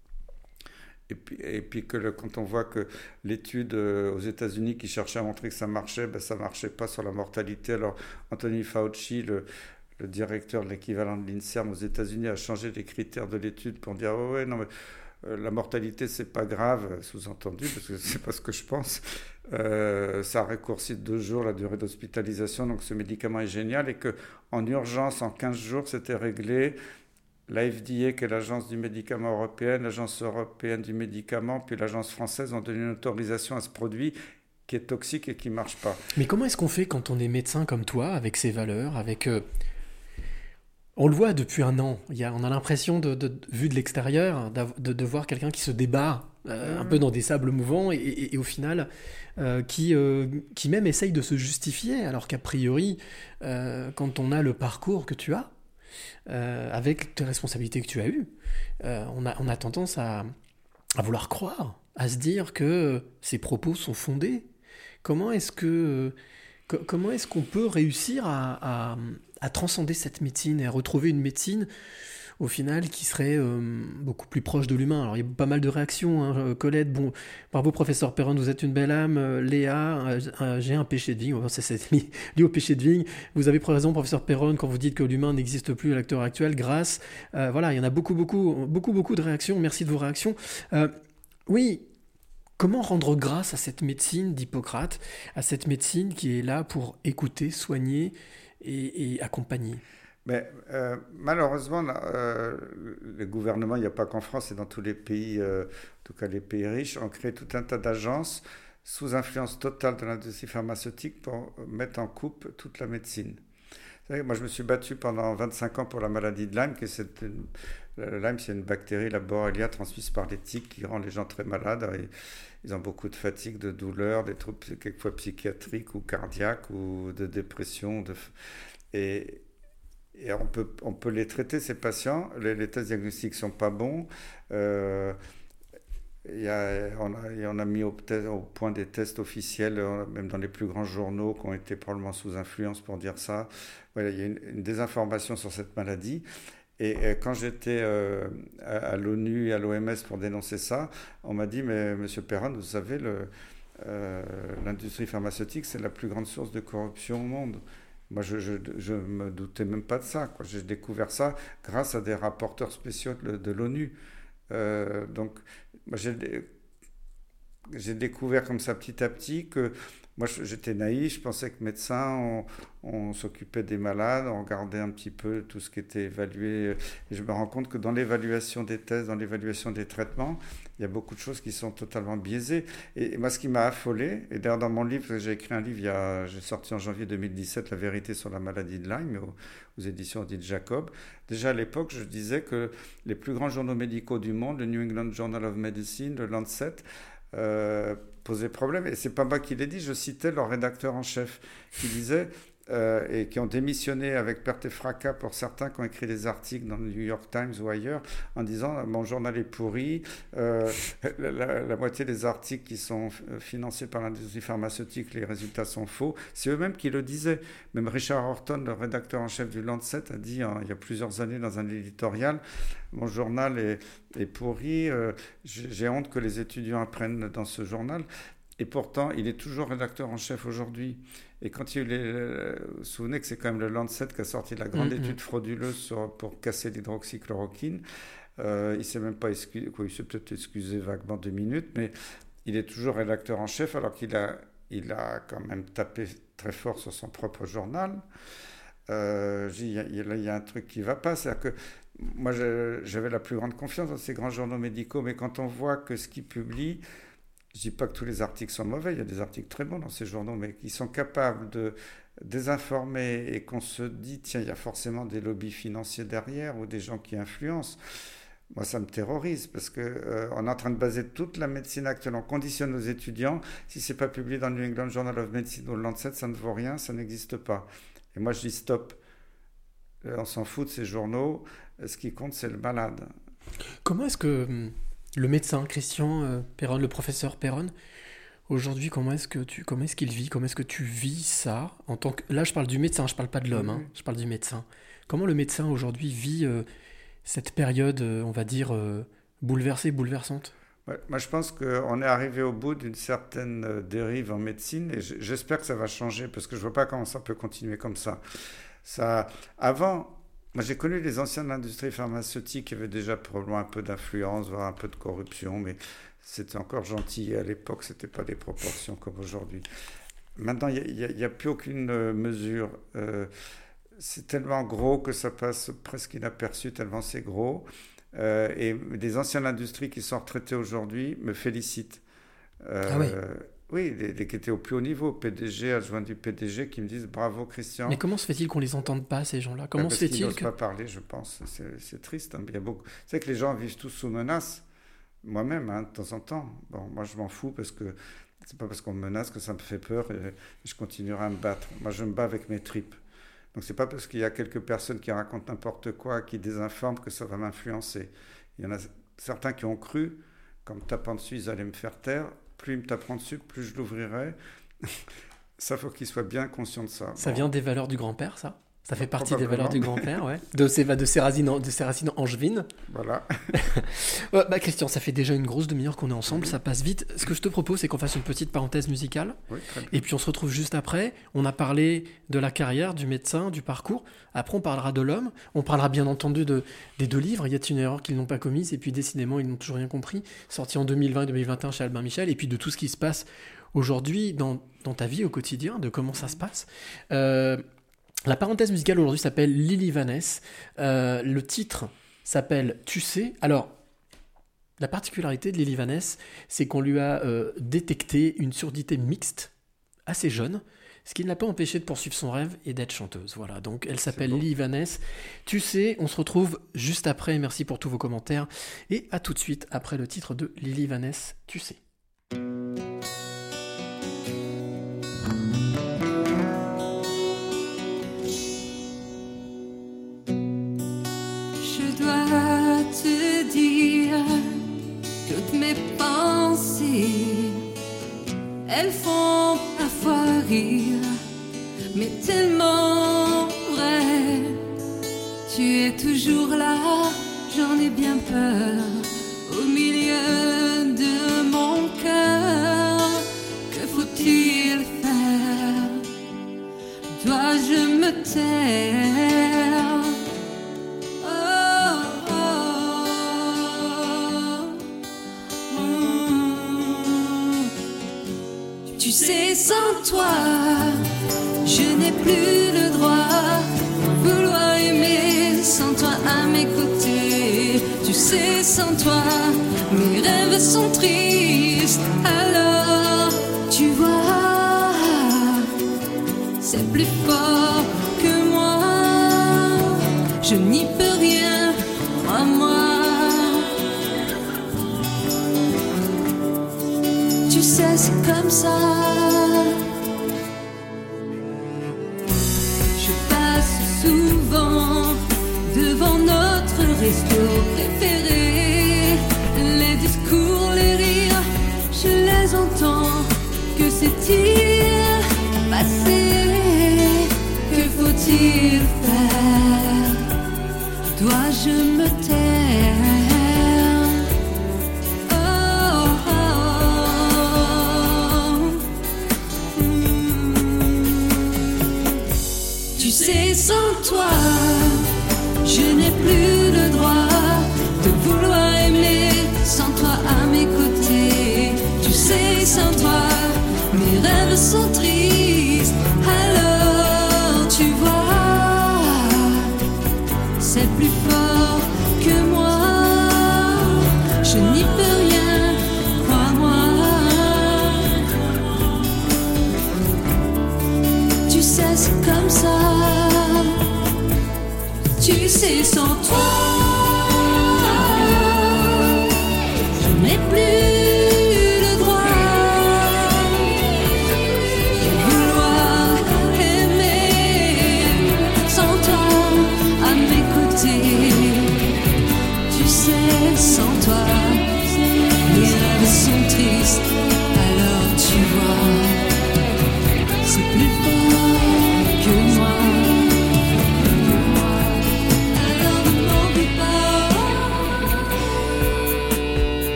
Et puis, et puis que le, quand on voit que l'étude euh, aux États-Unis qui cherchait à montrer que ça marchait, ben ça ne marchait pas sur la mortalité. Alors Anthony Fauci, le le directeur de l'équivalent de l'INSERM aux États-Unis a changé les critères de l'étude pour dire oh, ouais, non, mais euh, la mortalité, c'est pas grave, sous-entendu, parce que c'est pas ce que je pense. Euh, ça a raccourci de deux jours la durée d'hospitalisation, donc ce médicament est génial et qu'en urgence, en quinze jours, c'était réglé. La F D A, qui est l'agence du médicament européenne, l'agence européenne du médicament, puis l'agence française ont donné une autorisation à ce produit qui est toxique et qui ne marche pas. Mais comment est-ce qu'on fait quand on est médecin comme toi, avec ses valeurs, avec... Euh... On le voit depuis un an, il y a, on a l'impression, de, de, vu de l'extérieur, de, de voir quelqu'un qui se débat euh, mmh. un peu dans des sables mouvants et, et, et au final, euh, qui, euh, qui même essaye de se justifier, alors qu'a priori, euh, quand on a le parcours que tu as, euh, avec tes responsabilités que tu as eues, euh, on, a, on a tendance à, à vouloir croire, à se dire que ces propos sont fondés. Comment est-ce que... Co- comment est-ce qu'on peut réussir à, à, à transcender cette médecine et à retrouver une médecine au final qui serait euh, beaucoup plus proche de l'humain? Alors il y a pas mal de réactions, hein. Colette, bon, bravo professeur Perron, vous êtes une belle âme. Euh, Léa, euh, euh, j'ai un péché de vigne, enfin, c'est, c'est lié, lié au péché de vigne. Vous avez raison professeur Perron quand vous dites que l'humain n'existe plus à l'acteur actuel, grâce, euh, voilà, il y en a beaucoup, beaucoup, beaucoup, beaucoup de réactions, merci de vos réactions. Euh, oui. Comment rendre grâce à cette médecine d'Hippocrate, à cette médecine qui est là pour écouter, soigner et, et accompagner? Mais euh, malheureusement, là, euh, les gouvernements, il n'y a pas qu'en France, c'est dans tous les pays, euh, en tout cas les pays riches, ont créé tout un tas d'agences sous influence totale de l'industrie pharmaceutique pour mettre en coupe toute la médecine. Vous savez, moi, je me suis battu pendant vingt-cinq ans pour la maladie de Lyme, qui est une, Lyme, c'est une bactérie, la Borrelia, transmise par les tiques, qui rend les gens très malades. Et ils ont beaucoup de fatigue, de douleur, des troubles quelquefois psychiatriques ou cardiaques ou de dépression. De... Et, et on, peut, on peut les traiter, ces patients. Les, les tests diagnostiques ne sont pas bons. Euh, y a, on, a, on a mis au, au point des tests officiels, même dans les plus grands journaux, qui ont été probablement sous influence pour dire ça. Voilà, il y a une, une désinformation sur cette maladie. Et, et quand j'étais euh, à, à l'ONU et à l'O M S pour dénoncer ça, on m'a dit, mais monsieur Perron, vous savez, le, euh, l'industrie pharmaceutique, c'est la plus grande source de corruption au monde. Moi, je ne me doutais même pas de ça, quoi. J'ai découvert ça grâce à des rapporteurs spéciaux de, de l'ONU. Euh, donc, moi, j'ai, j'ai découvert comme ça petit à petit que moi, j'étais naïf, je pensais que médecin, on, on s'occupait des malades, on regardait un petit peu tout ce qui était évalué. Et je me rends compte que dans l'évaluation des tests, dans l'évaluation des traitements, il y a beaucoup de choses qui sont totalement biaisées. Et, et moi, ce qui m'a affolé, et d'ailleurs dans mon livre, j'ai écrit un livre, il y a, j'ai sorti en janvier deux mille dix-sept, La vérité sur la maladie de Lyme, aux, aux éditions Odile Jacob. Déjà à l'époque, je disais que les plus grands journaux médicaux du monde, le New England Journal of Medicine, le Lancet, euh, posaient problème. Et c'est pas moi qui l'ai dit, je citais leur rédacteur en chef qui disait... Euh, et qui ont démissionné avec perte et fracas pour certains qui ont écrit des articles dans le New York Times ou ailleurs en disant mon journal est pourri, euh, la, la, la moitié des articles qui sont financés par l'industrie pharmaceutique, les résultats sont faux. C'est eux-mêmes qui le disaient. Même Richard Horton, le rédacteur en chef du Lancet, a dit hein, il y a plusieurs années dans un éditorial, mon journal est, est pourri, euh, j'ai, j'ai honte que les étudiants apprennent dans ce journal. Et pourtant, il est toujours rédacteur en chef aujourd'hui. Et quand il est, euh, vous vous souvenez que c'est quand même le Lancet qui a sorti la grande mmh, étude frauduleuse sur, pour casser l'hydroxychloroquine. Euh, il ne s'est même pas excusé, quoi, il s'est peut-être excusé vaguement deux minutes, mais il est toujours rédacteur en chef alors qu'il a, il a quand même tapé très fort sur son propre journal. Euh, il, y a, il y a un truc qui ne va pas, c'est-à-dire que moi j'avais la plus grande confiance dans ces grands journaux médicaux, mais quand on voit que ce qu'ils publient, je ne dis pas que tous les articles sont mauvais, il y a des articles très bons dans ces journaux, mais qui sont capables de désinformer et qu'on se dit, tiens, il y a forcément des lobbies financiers derrière ou des gens qui influencent. Moi, ça me terrorise parce qu'on euh, est en train de baser toute la médecine actuelle, on conditionne nos étudiants. Si ce n'est pas publié dans le New England Journal of Medicine ou le Lancet, ça ne vaut rien, ça n'existe pas. Et moi, je dis stop. On s'en fout de ces journaux. Ce qui compte, c'est le malade. Comment est-ce que... Le médecin Christian euh, Perron, le professeur Perron, aujourd'hui, comment est-ce que tu, comment est-ce qu'il vit, comment est-ce que tu vis ça en tant que, là, je parle du médecin, je parle pas de l'homme, hein, je parle du médecin. Comment le médecin aujourd'hui vit euh, cette période, euh, on va dire, euh, bouleversée, bouleversante? Ouais, moi, je pense qu'on est arrivé au bout d'une certaine dérive en médecine et j'espère que ça va changer parce que je vois pas comment ça peut continuer comme ça. Ça, avant, moi j'ai connu les anciens de l'industrie pharmaceutique qui avaient déjà probablement un peu d'influence, voire un peu de corruption, mais c'était encore gentil. À l'époque, ce n'était pas des proportions comme aujourd'hui. Maintenant, il n'y a, a, a plus aucune euh, mesure. Euh, c'est tellement gros que ça passe presque inaperçu, tellement c'est gros. Euh, et des anciens de l'industrie qui sont retraités aujourd'hui me félicitent. Euh, ah oui Oui, les, les qui étaient au plus haut niveau, P D G, adjoint du P D G, qui me disent bravo Christian. Mais comment se fait-il qu'on les entende pas, ces gens-là? Comment bah, se fait-il parce qu'ils que... n'osent pas parler, je pense. C'est, c'est triste. Hein. Il y a beaucoup... C'est que les gens vivent tous sous menace. Moi-même, hein, de temps en temps. Bon, moi, je m'en fous parce que c'est pas parce qu'on me menace que ça me fait peur et je continuerai à me battre. Moi, je me bats avec mes tripes. Donc, c'est pas parce qu'il y a quelques personnes qui racontent n'importe quoi, qui désinforment, que ça va m'influencer. Il y en a certains qui ont cru, comme tapant dessus, ils allaient me faire taire. Plus ils me taperont dessus, plus je l'ouvrirai. Ça, faut qu'ils soient bien conscients de ça. Ça bon. vient des valeurs du grand-père, ça? Ça fait partie des valeurs du grand-père, ouais. De ses, de ses racines, de ses racines angevines. Voilà. ouais, bah, Christian, ça fait déjà une grosse demi-heure qu'on est ensemble, oui. Ça passe vite. Ce que je te propose, c'est qu'on fasse une petite parenthèse musicale. Oui, très bien. Et puis on se retrouve juste après. On a parlé de la carrière, du médecin, du parcours. Après, on parlera de l'homme. On parlera bien entendu de, des deux livres. Il y a une erreur qu'ils n'ont pas commise. Et puis décidément, ils n'ont toujours rien compris. Sorti en deux mille vingt et deux mille vingt et un chez Albin Michel. Et puis de tout ce qui se passe aujourd'hui dans, dans ta vie au quotidien, de comment ça se passe. Euh, La parenthèse musicale aujourd'hui s'appelle Lily Vaness. Euh, le titre s'appelle Tu sais. Alors, la particularité de Lily Vaness, c'est qu'on lui a euh, détecté une surdité mixte assez jeune, ce qui ne l'a pas empêché de poursuivre son rêve et d'être chanteuse. Voilà, donc elle s'appelle Lily Vaness. Tu sais, on se retrouve juste après. Merci pour tous vos commentaires. Et à tout de suite après le titre de Lily Vaness, Tu sais. Te dire toutes mes pensées, elles font parfois rire, mais tellement vrai. Tu es toujours là, j'en ai bien peur, au milieu de mon cœur. Que faut-il faire? Dois-je me taire? Tu sais, sans toi, je n'ai plus le droit de vouloir aimer. Sans toi à mes côtés, tu sais, sans toi, mes rêves sont tristes. Alors, tu vois, c'est plus fort que moi. Je n'y peux rien, crois-moi. Tu sais, c'est comme ça. Je passe souvent devant notre resto préféré. Les discours, les rires, je les entends. Que s'est-il passé? Que faut-il faire? Dois-je me taire? C'est sans toi, je n'ai plus le droit de vouloir aimer. Sans toi à mes côtés, tu sais, sans toi, mes rêves sont tristes. Alors tu vois, c'est plus fort que moi. Je n'y peux rien, crois-moi. Tu sais, c'est comme ça. Tu sais, sans toi, je n'ai plus le droit de vouloir aimer. Sans toi à mes côtés, tu sais, sans toi, mes rêves sont tristes. Alors tu vois, c'est plus fort que moi.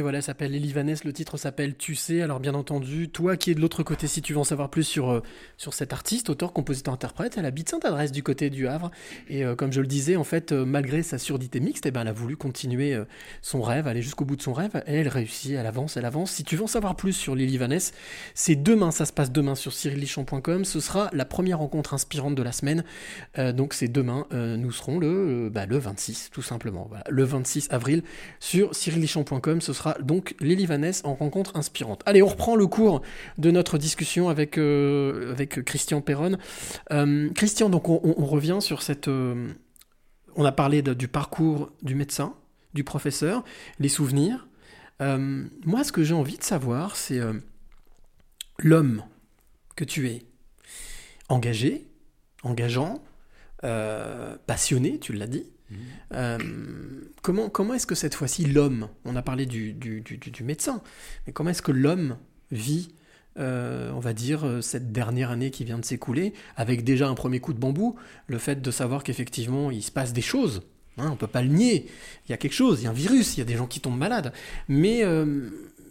voilà, elle s'appelle Lily Vaness, le titre s'appelle Tu sais. Alors bien entendu, toi qui es de l'autre côté, si tu veux en savoir plus sur, euh, sur cet artiste, auteur, compositeur, interprète, elle habite Sainte-Adresse du côté du Havre. Et euh, comme je le disais, en fait, euh, malgré sa surdité mixte, eh ben, elle a voulu continuer euh, son rêve, aller jusqu'au bout de son rêve. Et elle réussit, elle avance, elle avance. Si tu veux en savoir plus sur Lily Vaness, c'est demain, ça se passe demain sur cyril lichamp point com. Ce sera la première rencontre inspirante de la semaine. Euh, donc c'est demain, euh, nous serons le, euh, bah, le vingt-six, tout simplement. Voilà, le vingt-six avril sur cyril lichamp point com. Ce sera donc Lily Vaness en rencontre inspirante. Allez, on reprend le cours de notre discussion avec, euh, avec Christian Perron. Euh, Christian, donc on, on revient sur cette... Euh, on a parlé de, du parcours du médecin, du professeur, les souvenirs. Euh, moi, ce que j'ai envie de savoir, c'est euh, l'homme que tu es. Engagé, engageant, euh, passionné, tu l'as dit. Mmh. Euh, comment, comment est-ce que cette fois-ci l'homme, on a parlé du, du, du, du médecin, mais comment est-ce que l'homme vit, euh, on va dire, cette dernière année qui vient de s'écouler, avec déjà un premier coup de bambou, le fait de savoir qu'effectivement il se passe des choses, hein, on ne peut pas le nier, il y a quelque chose, il y a un virus, il y a des gens qui tombent malades, mais euh,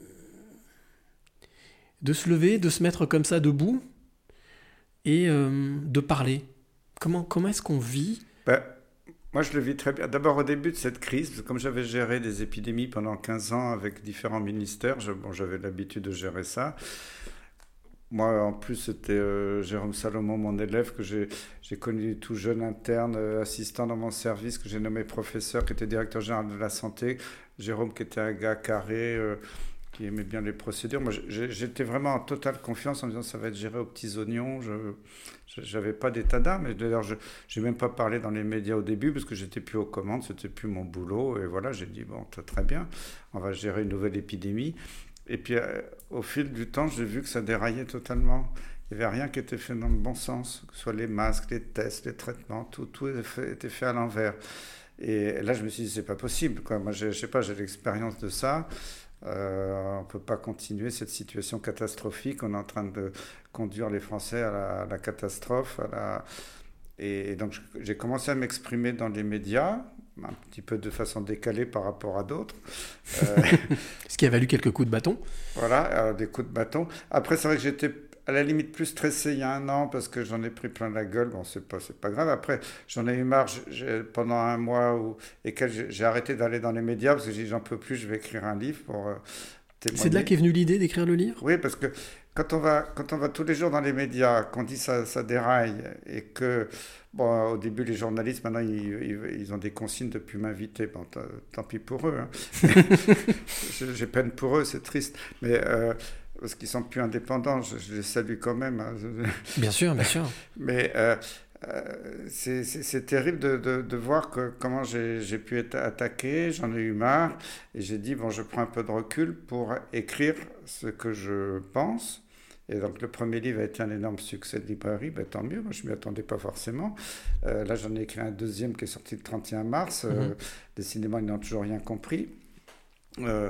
de se lever, de se mettre comme ça debout et euh, de parler, comment, comment est-ce qu'on vit ben... Moi, je le vis très bien. D'abord, au début de cette crise, comme j'avais géré des épidémies pendant quinze ans avec différents ministères, je, bon, j'avais l'habitude de gérer ça. Moi, en plus, c'était euh, Jérôme Salomon, mon élève, que j'ai, j'ai connu tout jeune interne, euh, assistant dans mon service, que j'ai nommé professeur, qui était directeur général de la santé. Jérôme, qui était un gars carré, euh, qui aimait bien les procédures. Moi, j'ai, j'étais vraiment en totale confiance en me disant ça va être géré aux petits oignons. Je n'avais pas d'état d'âme. Et d'ailleurs, je n'ai même pas parlé dans les médias au début parce que j'étais plus aux commandes, c'était plus mon boulot. Et voilà, j'ai dit, bon, très bien, on va gérer une nouvelle épidémie. Et puis, euh, au fil du temps, j'ai vu que ça déraillait totalement. Il n'y avait rien qui était fait dans le bon sens, que ce soit les masques, les tests, les traitements, tout, tout était, fait, était fait à l'envers. Et là, je me suis dit, c'est pas possible, quoi. Moi, je ne sais pas, j'ai l'expérience de ça. Euh, on ne peut pas continuer cette situation catastrophique. On est en train de conduire les Français à la, à la catastrophe. À la... Et, et donc, j'ai commencé à m'exprimer dans les médias, un petit peu de façon décalée par rapport à d'autres. Euh... Ce qui a valu quelques coups de bâton. Voilà, euh, des coups de bâton. Après, c'est vrai que j'étais à la limite plus stressé il y a un an parce que j'en ai pris plein la gueule. Bon, c'est pas, c'est pas grave. Après, j'en ai eu marre j'ai, pendant un mois où, et que j'ai, j'ai arrêté d'aller dans les médias parce que j'ai dit j'en peux plus, je vais écrire un livre pour euh, témoigner. C'est de là qu'est venue l'idée d'écrire le livre ? Oui, parce que quand on va, quand on va tous les jours dans les médias, qu'on dit ça, ça déraille et que, bon, au début, les journalistes, maintenant, ils, ils, ils ont des consignes de ne plus m'inviter. Bon, t- tant pis pour eux. Hein. J'ai peine pour eux, c'est triste. Mais... Euh, parce qu'ils sont plus indépendants, je, je les salue quand même. Hein. Bien sûr, bien sûr. Mais euh, euh, c'est, c'est, c'est terrible de, de, de voir que, comment j'ai, j'ai pu être attaqué, j'en ai eu marre, et j'ai dit, bon, je prends un peu de recul pour écrire ce que je pense. Et donc le premier livre a été un énorme succès de librairie, ben, tant mieux, moi je ne m'y attendais pas forcément. Euh, là j'en ai écrit un deuxième qui est sorti le trente et un mars, mm-hmm. euh, décidément ils n'ont toujours rien compris. Euh,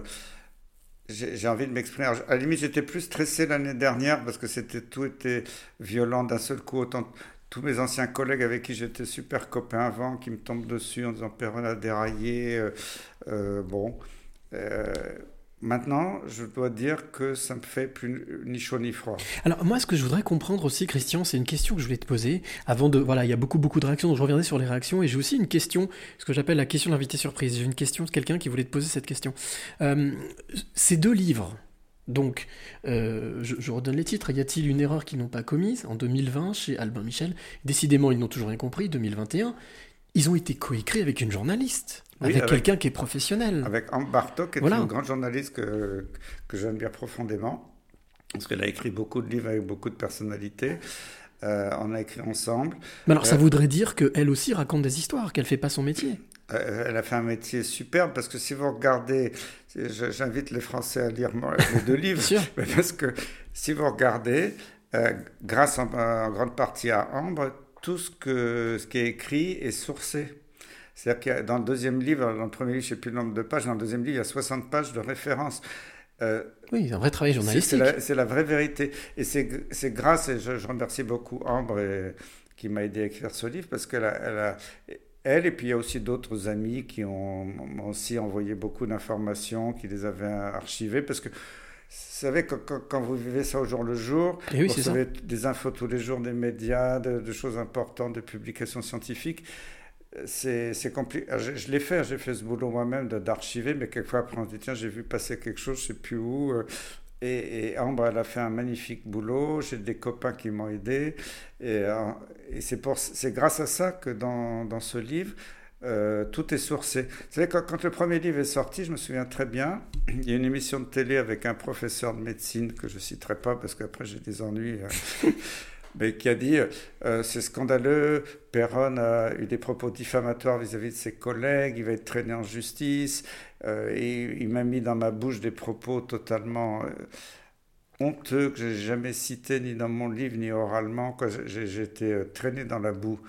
J'ai, j'ai envie de m'exprimer. Alors, à la limite, j'étais plus stressé l'année dernière parce que c'était, tout était violent d'un seul coup. Autant tous mes anciens collègues avec qui j'étais super copain avant, qui me tombent dessus en disant « Perron a déraillé euh, ». Euh, bon. Euh, maintenant, je dois dire que ça me fait plus ni chaud ni froid. Alors moi, ce que je voudrais comprendre aussi, Christian, c'est une question que je voulais te poser. Avant de, voilà, il y a beaucoup beaucoup de réactions, donc je reviendrai sur les réactions. Et j'ai aussi une question, ce que j'appelle la question de l'invité surprise. J'ai une question de quelqu'un qui voulait te poser cette question. Euh, ces deux livres. Donc, euh, je, je redonne les titres. Y a-t-il une erreur qu'ils n'ont pas commise en deux mille vingt chez Albin Michel ? Décidément, ils n'ont toujours rien compris. deux mille vingt et un, ils ont été coécrits avec une journaliste. Oui, avec, avec quelqu'un qui est professionnel. Avec Anne Bartok, qui est voilà. une grande journaliste que, que j'aime bien profondément, parce qu'elle a écrit beaucoup de livres avec beaucoup de personnalités. Euh, on a écrit ensemble. Mais alors, euh, ça voudrait dire qu'elle aussi raconte des histoires, qu'elle ne fait pas son métier. Euh, elle a fait un métier superbe, parce que si vous regardez, j'invite les Français à lire les deux livres, mais parce que si vous regardez, euh, grâce en, en grande partie à Ambre, tout ce, que, ce qui est écrit est sourcé. C'est-à-dire que dans le deuxième livre, dans le premier livre, je ne sais plus le nombre de pages, dans le deuxième livre, il y a soixante pages de références. Euh, oui, c'est un vrai travail journalistique. C'est, c'est, la, c'est la vraie vérité. Et c'est, c'est grâce, et je, je remercie beaucoup Ambre et, qui m'a aidé à écrire ce livre, parce qu'elle a, elle a, elle, et puis il y a aussi d'autres amis qui ont, m'ont aussi envoyé beaucoup d'informations, qui les avaient archivées, parce que vous savez, quand, quand, quand vous vivez ça au jour le jour, Et oui, vous c'est ça. recevez des infos tous les jours, des médias, de, de choses importantes, de publications scientifiques. C'est, c'est compliqué. Je, je l'ai fait, j'ai fait ce boulot moi-même de, d'archiver, mais quelquefois après on se dit, tiens, j'ai vu passer quelque chose, je ne sais plus où. Et, et Ambre, elle a fait un magnifique boulot, j'ai des copains qui m'ont aidé. Et, et c'est, pour, c'est grâce à ça que dans, dans ce livre, Euh, tout est sourcé. Vous savez, quand, quand le premier livre est sorti, je me souviens très bien, il y a une émission de télé avec un professeur de médecine que je ne citerai pas parce qu'après j'ai des ennuis, euh, mais qui a dit euh, c'est scandaleux, Perron a eu des propos diffamatoires vis-à-vis de ses collègues, il va être traîné en justice, euh, et il m'a mis dans ma bouche des propos totalement... Euh, honteux que je n'ai jamais cités ni dans mon livre ni oralement, quoi. J'ai, j'ai été euh, traîné dans la boue.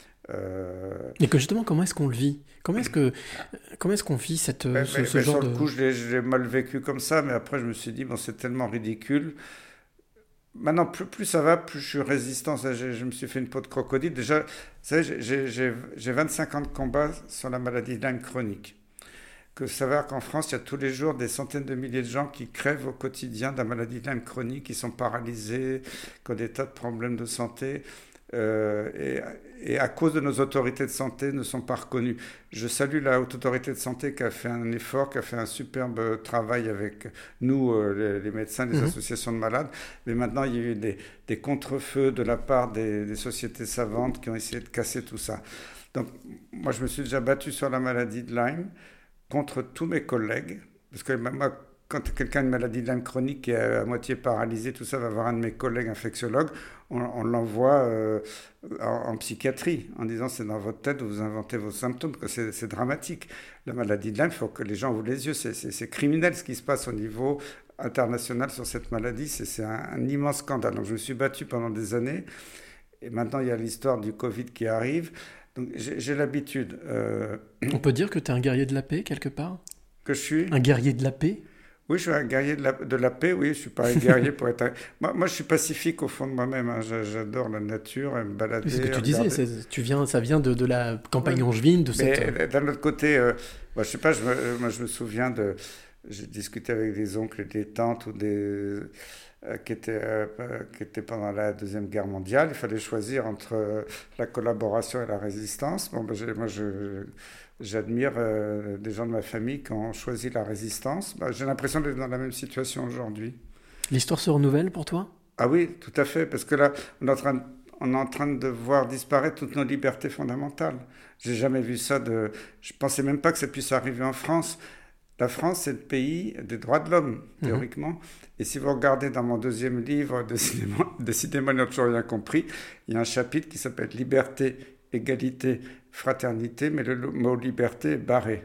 Euh... Et que justement, comment est-ce qu'on le vit ? Comment est-ce que, comment est-ce qu'on vit cette, mais, ce, mais, ce mais genre sur de... le coup, je l'ai, je l'ai mal vécu comme ça, mais après, je me suis dit, bon, c'est tellement ridicule. Maintenant, plus, plus ça va, plus je suis résistant. Ça, je, je me suis fait une peau de crocodile. Déjà, vous savez, j'ai, j'ai, j'ai vingt-cinq ans de combat sur la maladie de Lyme chronique. Que savoir qu'en France, il y a tous les jours des centaines de milliers de gens qui crèvent au quotidien de la maladie de Lyme chronique, qui sont paralysés, qui ont des tas de problèmes de santé. Euh, et, et à cause de nos autorités de santé ne sont pas reconnus. Je salue la haute autorité de santé qui a fait un effort, qui a fait un superbe travail avec nous, euh, les, les médecins, les mmh. associations de malades. Mais maintenant, il y a eu des, des contre-feux de la part des, des sociétés savantes qui ont essayé de casser tout ça. Donc, moi, je me suis déjà battu sur la maladie de Lyme contre tous mes collègues, parce que moi, quand quelqu'un a une maladie de Lyme chronique qui est à moitié paralysé, tout ça, va voir un de mes collègues infectiologues, on, on l'envoie euh, en, en psychiatrie, en disant c'est dans votre tête, vous inventez vos symptômes, que c'est, c'est dramatique. La maladie de Lyme, il faut que les gens ouvrent les yeux, c'est, c'est, c'est criminel ce qui se passe au niveau international sur cette maladie, c'est, c'est un, un immense scandale. Donc je me suis battu pendant des années, et maintenant il y a l'histoire du Covid qui arrive, donc j'ai, j'ai l'habitude. Euh... On peut dire que tu es un guerrier de la paix, quelque part ? Que je suis un guerrier de la paix ? Oui, je suis un guerrier de la, de la paix, oui, je ne suis pas un guerrier pour être... Un... Moi, moi, je suis pacifique au fond de moi-même, hein. J'adore la nature, me balader... C'est ce que tu regarder. disais, c'est, tu viens, ça vient de, de la campagne ouais. angevine, de cette... Mais d'un autre côté, euh, moi, je ne sais pas, je me, moi je me souviens de... J'ai discuté avec des oncles et des tantes ou des... Euh, qui, étaient, euh, qui étaient pendant la Deuxième Guerre mondiale. Il fallait choisir entre euh, la collaboration et la résistance. Bon, ben, j'ai, moi, je... J'admire euh, des gens de ma famille qui ont choisi la résistance. Bah, j'ai l'impression d'être dans la même situation aujourd'hui. L'histoire se renouvelle pour toi ? Ah oui, tout à fait, parce que là, on est en train de, on est en train de voir disparaître toutes nos libertés fondamentales. J'ai jamais vu ça. De... Je ne pensais même pas que ça puisse arriver en France. La France, c'est le pays des droits de l'homme, théoriquement. Mmh. Et si vous regardez dans mon deuxième livre, Décidément, Décidément, on n'a toujours rien compris, il y a un chapitre qui s'appelle « Liberté, égalité, fraternité », mais le mot « liberté » est barré.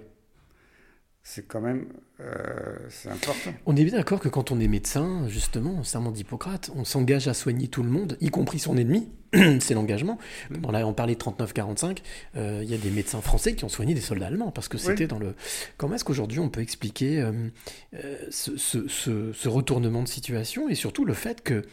C'est quand même euh, c'est important. On est bien d'accord que quand on est médecin, justement, serment d'Hippocrate, on s'engage à soigner tout le monde, y compris son ennemi, c'est l'engagement. Dans la, on parlait de trente-neuf quarante-cinq, il euh, y a des médecins français qui ont soigné des soldats allemands, parce que c'était oui. dans le... Comment est-ce qu'aujourd'hui on peut expliquer euh, euh, ce, ce, ce, ce retournement de situation, et surtout le fait que,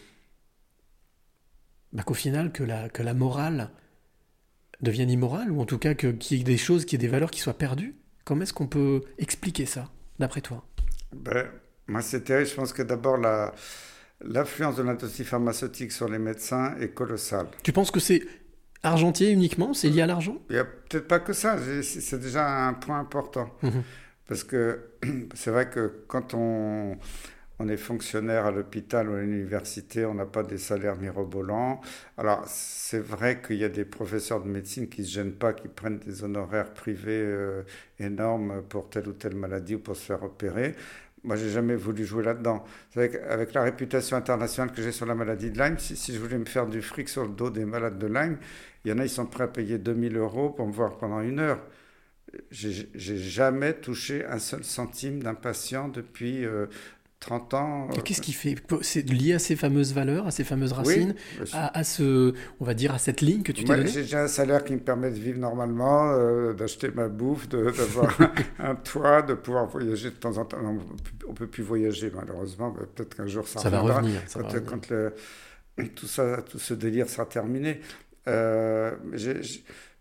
bah, qu'au final, que la, que la morale devienne immorale, ou en tout cas que, qu'il y ait des choses, qu'il y ait des valeurs qui soient perdues? Comment est-ce qu'on peut expliquer ça, d'après toi ? Ben, moi, c'est terrible. Je pense que d'abord, la, l'influence de l'industrie pharmaceutique sur les médecins est colossale. Tu penses que c'est argentier uniquement ? C'est lié à l'argent ? Il n'y a peut-être pas que ça. C'est déjà un point important. Mmh. Parce que c'est vrai que quand on... on est fonctionnaire à l'hôpital ou à l'université, on n'a pas des salaires mirobolants. Alors, c'est vrai qu'il y a des professeurs de médecine qui ne se gênent pas, qui prennent des honoraires privés euh, énormes pour telle ou telle maladie ou pour se faire opérer. Moi, je n'ai jamais voulu jouer là-dedans. Vous savez, avec la réputation internationale que j'ai sur la maladie de Lyme, si, si je voulais me faire du fric sur le dos des malades de Lyme, il y en a, ils sont prêts à payer deux mille euros pour me voir pendant une heure. J'ai, j'ai jamais touché un seul centime d'un patient depuis... Euh, trente ans. Et qu'est-ce qui fait ? C'est lié à ces fameuses valeurs, à ces fameuses racines, oui, à, à ce, on va dire, à cette ligne que tu Moi, t'es donnée ? J'ai déjà un salaire qui me permet de vivre normalement, euh, d'acheter ma bouffe, de, d'avoir un toit, de pouvoir voyager de temps en temps. Non, on ne peut plus voyager, malheureusement. Mais peut-être qu'un jour, ça, ça va revenir. Ça quand, va revenir. Quand le, tout, ça, tout ce délire sera terminé. Euh, j'ai, j'ai,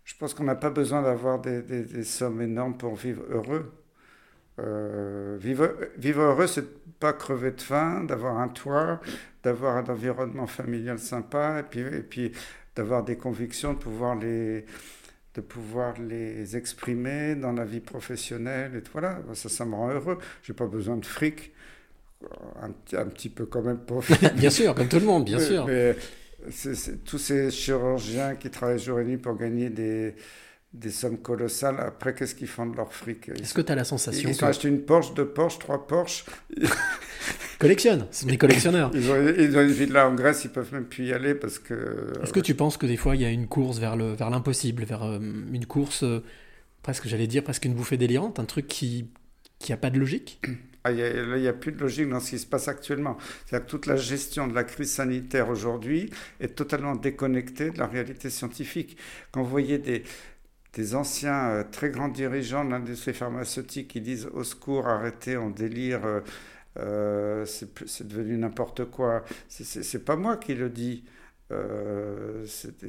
je pense qu'on n'a pas besoin d'avoir des, des, des sommes énormes pour vivre heureux. Euh, vivre, vivre heureux, c'est pas crever de faim, d'avoir un toit, d'avoir un environnement familial sympa, et puis, et puis d'avoir des convictions, de pouvoir les, de pouvoir les exprimer dans la vie professionnelle. Et voilà, ça, ça me rend heureux. J'ai pas besoin de fric, un, un petit peu quand même pour vivre. Bien sûr, comme tout le monde, bien mais, sûr. Mais c'est, c'est, tous ces chirurgiens qui travaillent jour et nuit pour gagner des des sommes colossales. Après, qu'est-ce qu'ils font de leur fric? Est-ce que tu as la sensation Ils que... ont acheté une Porsche, deux Porsche, trois Porsche. Collectionnent, ce sont des collectionneurs. Ils ont, ils ont une villa en Grèce, ils peuvent même plus y aller parce que... Est-ce que tu penses que des fois, il y a une course vers, le, vers l'impossible, vers euh, une course, euh, presque, j'allais dire, presque une bouffée délirante, un truc qui qui a pas de logique? Ah, y a, là, il n'y a plus de logique dans ce qui se passe actuellement. C'est-à-dire que toute la gestion de la crise sanitaire aujourd'hui est totalement déconnectée de la réalité scientifique. Quand vous voyez des... des anciens euh, très grands dirigeants de l'industrie pharmaceutique qui disent au secours, arrêtez, on délire, euh, euh, c'est, c'est devenu n'importe quoi. C'est, c'est, c'est pas moi qui le dis. Euh,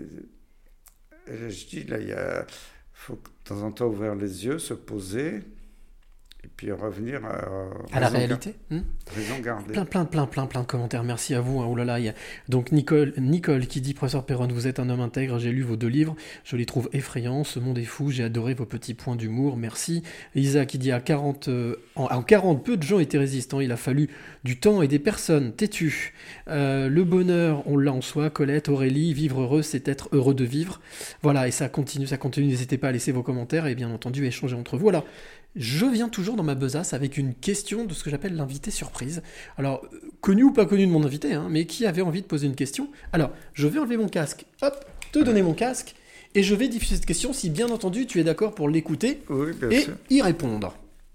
je dis, là, il faut de temps en temps ouvrir les yeux, se poser, et puis revenir à, à la réalité. Gar- hmm raison garder. Plein, plein, plein, plein, plein de commentaires. Merci à vous. Hein. Oh là là, il y a donc Nicole, Nicole qui dit: Professeur Perron, vous êtes un homme intègre. J'ai lu vos deux livres. Je les trouve effrayants. Ce monde est fou. J'ai adoré vos petits points d'humour. Merci. Lisa qui dit: à quarante, euh, en, en quarante, peu de gens étaient résistants. Il a fallu du temps et des personnes têtues. Euh, le bonheur, on l'a en soi. Colette, Aurélie, vivre heureux, c'est être heureux de vivre. Voilà. Et ça continue, ça continue. N'hésitez pas à laisser vos commentaires et bien entendu échanger entre vous. Voilà. Je viens toujours dans ma besace avec une question de ce que j'appelle l'invité surprise. Alors, connu ou pas connu de mon invité, hein, mais qui avait envie de poser une question. Alors, je vais enlever mon casque, hop, te donner mon casque, et je vais diffuser cette question si, bien entendu, tu es d'accord pour l'écouter oui, bien et sûr. y répondre.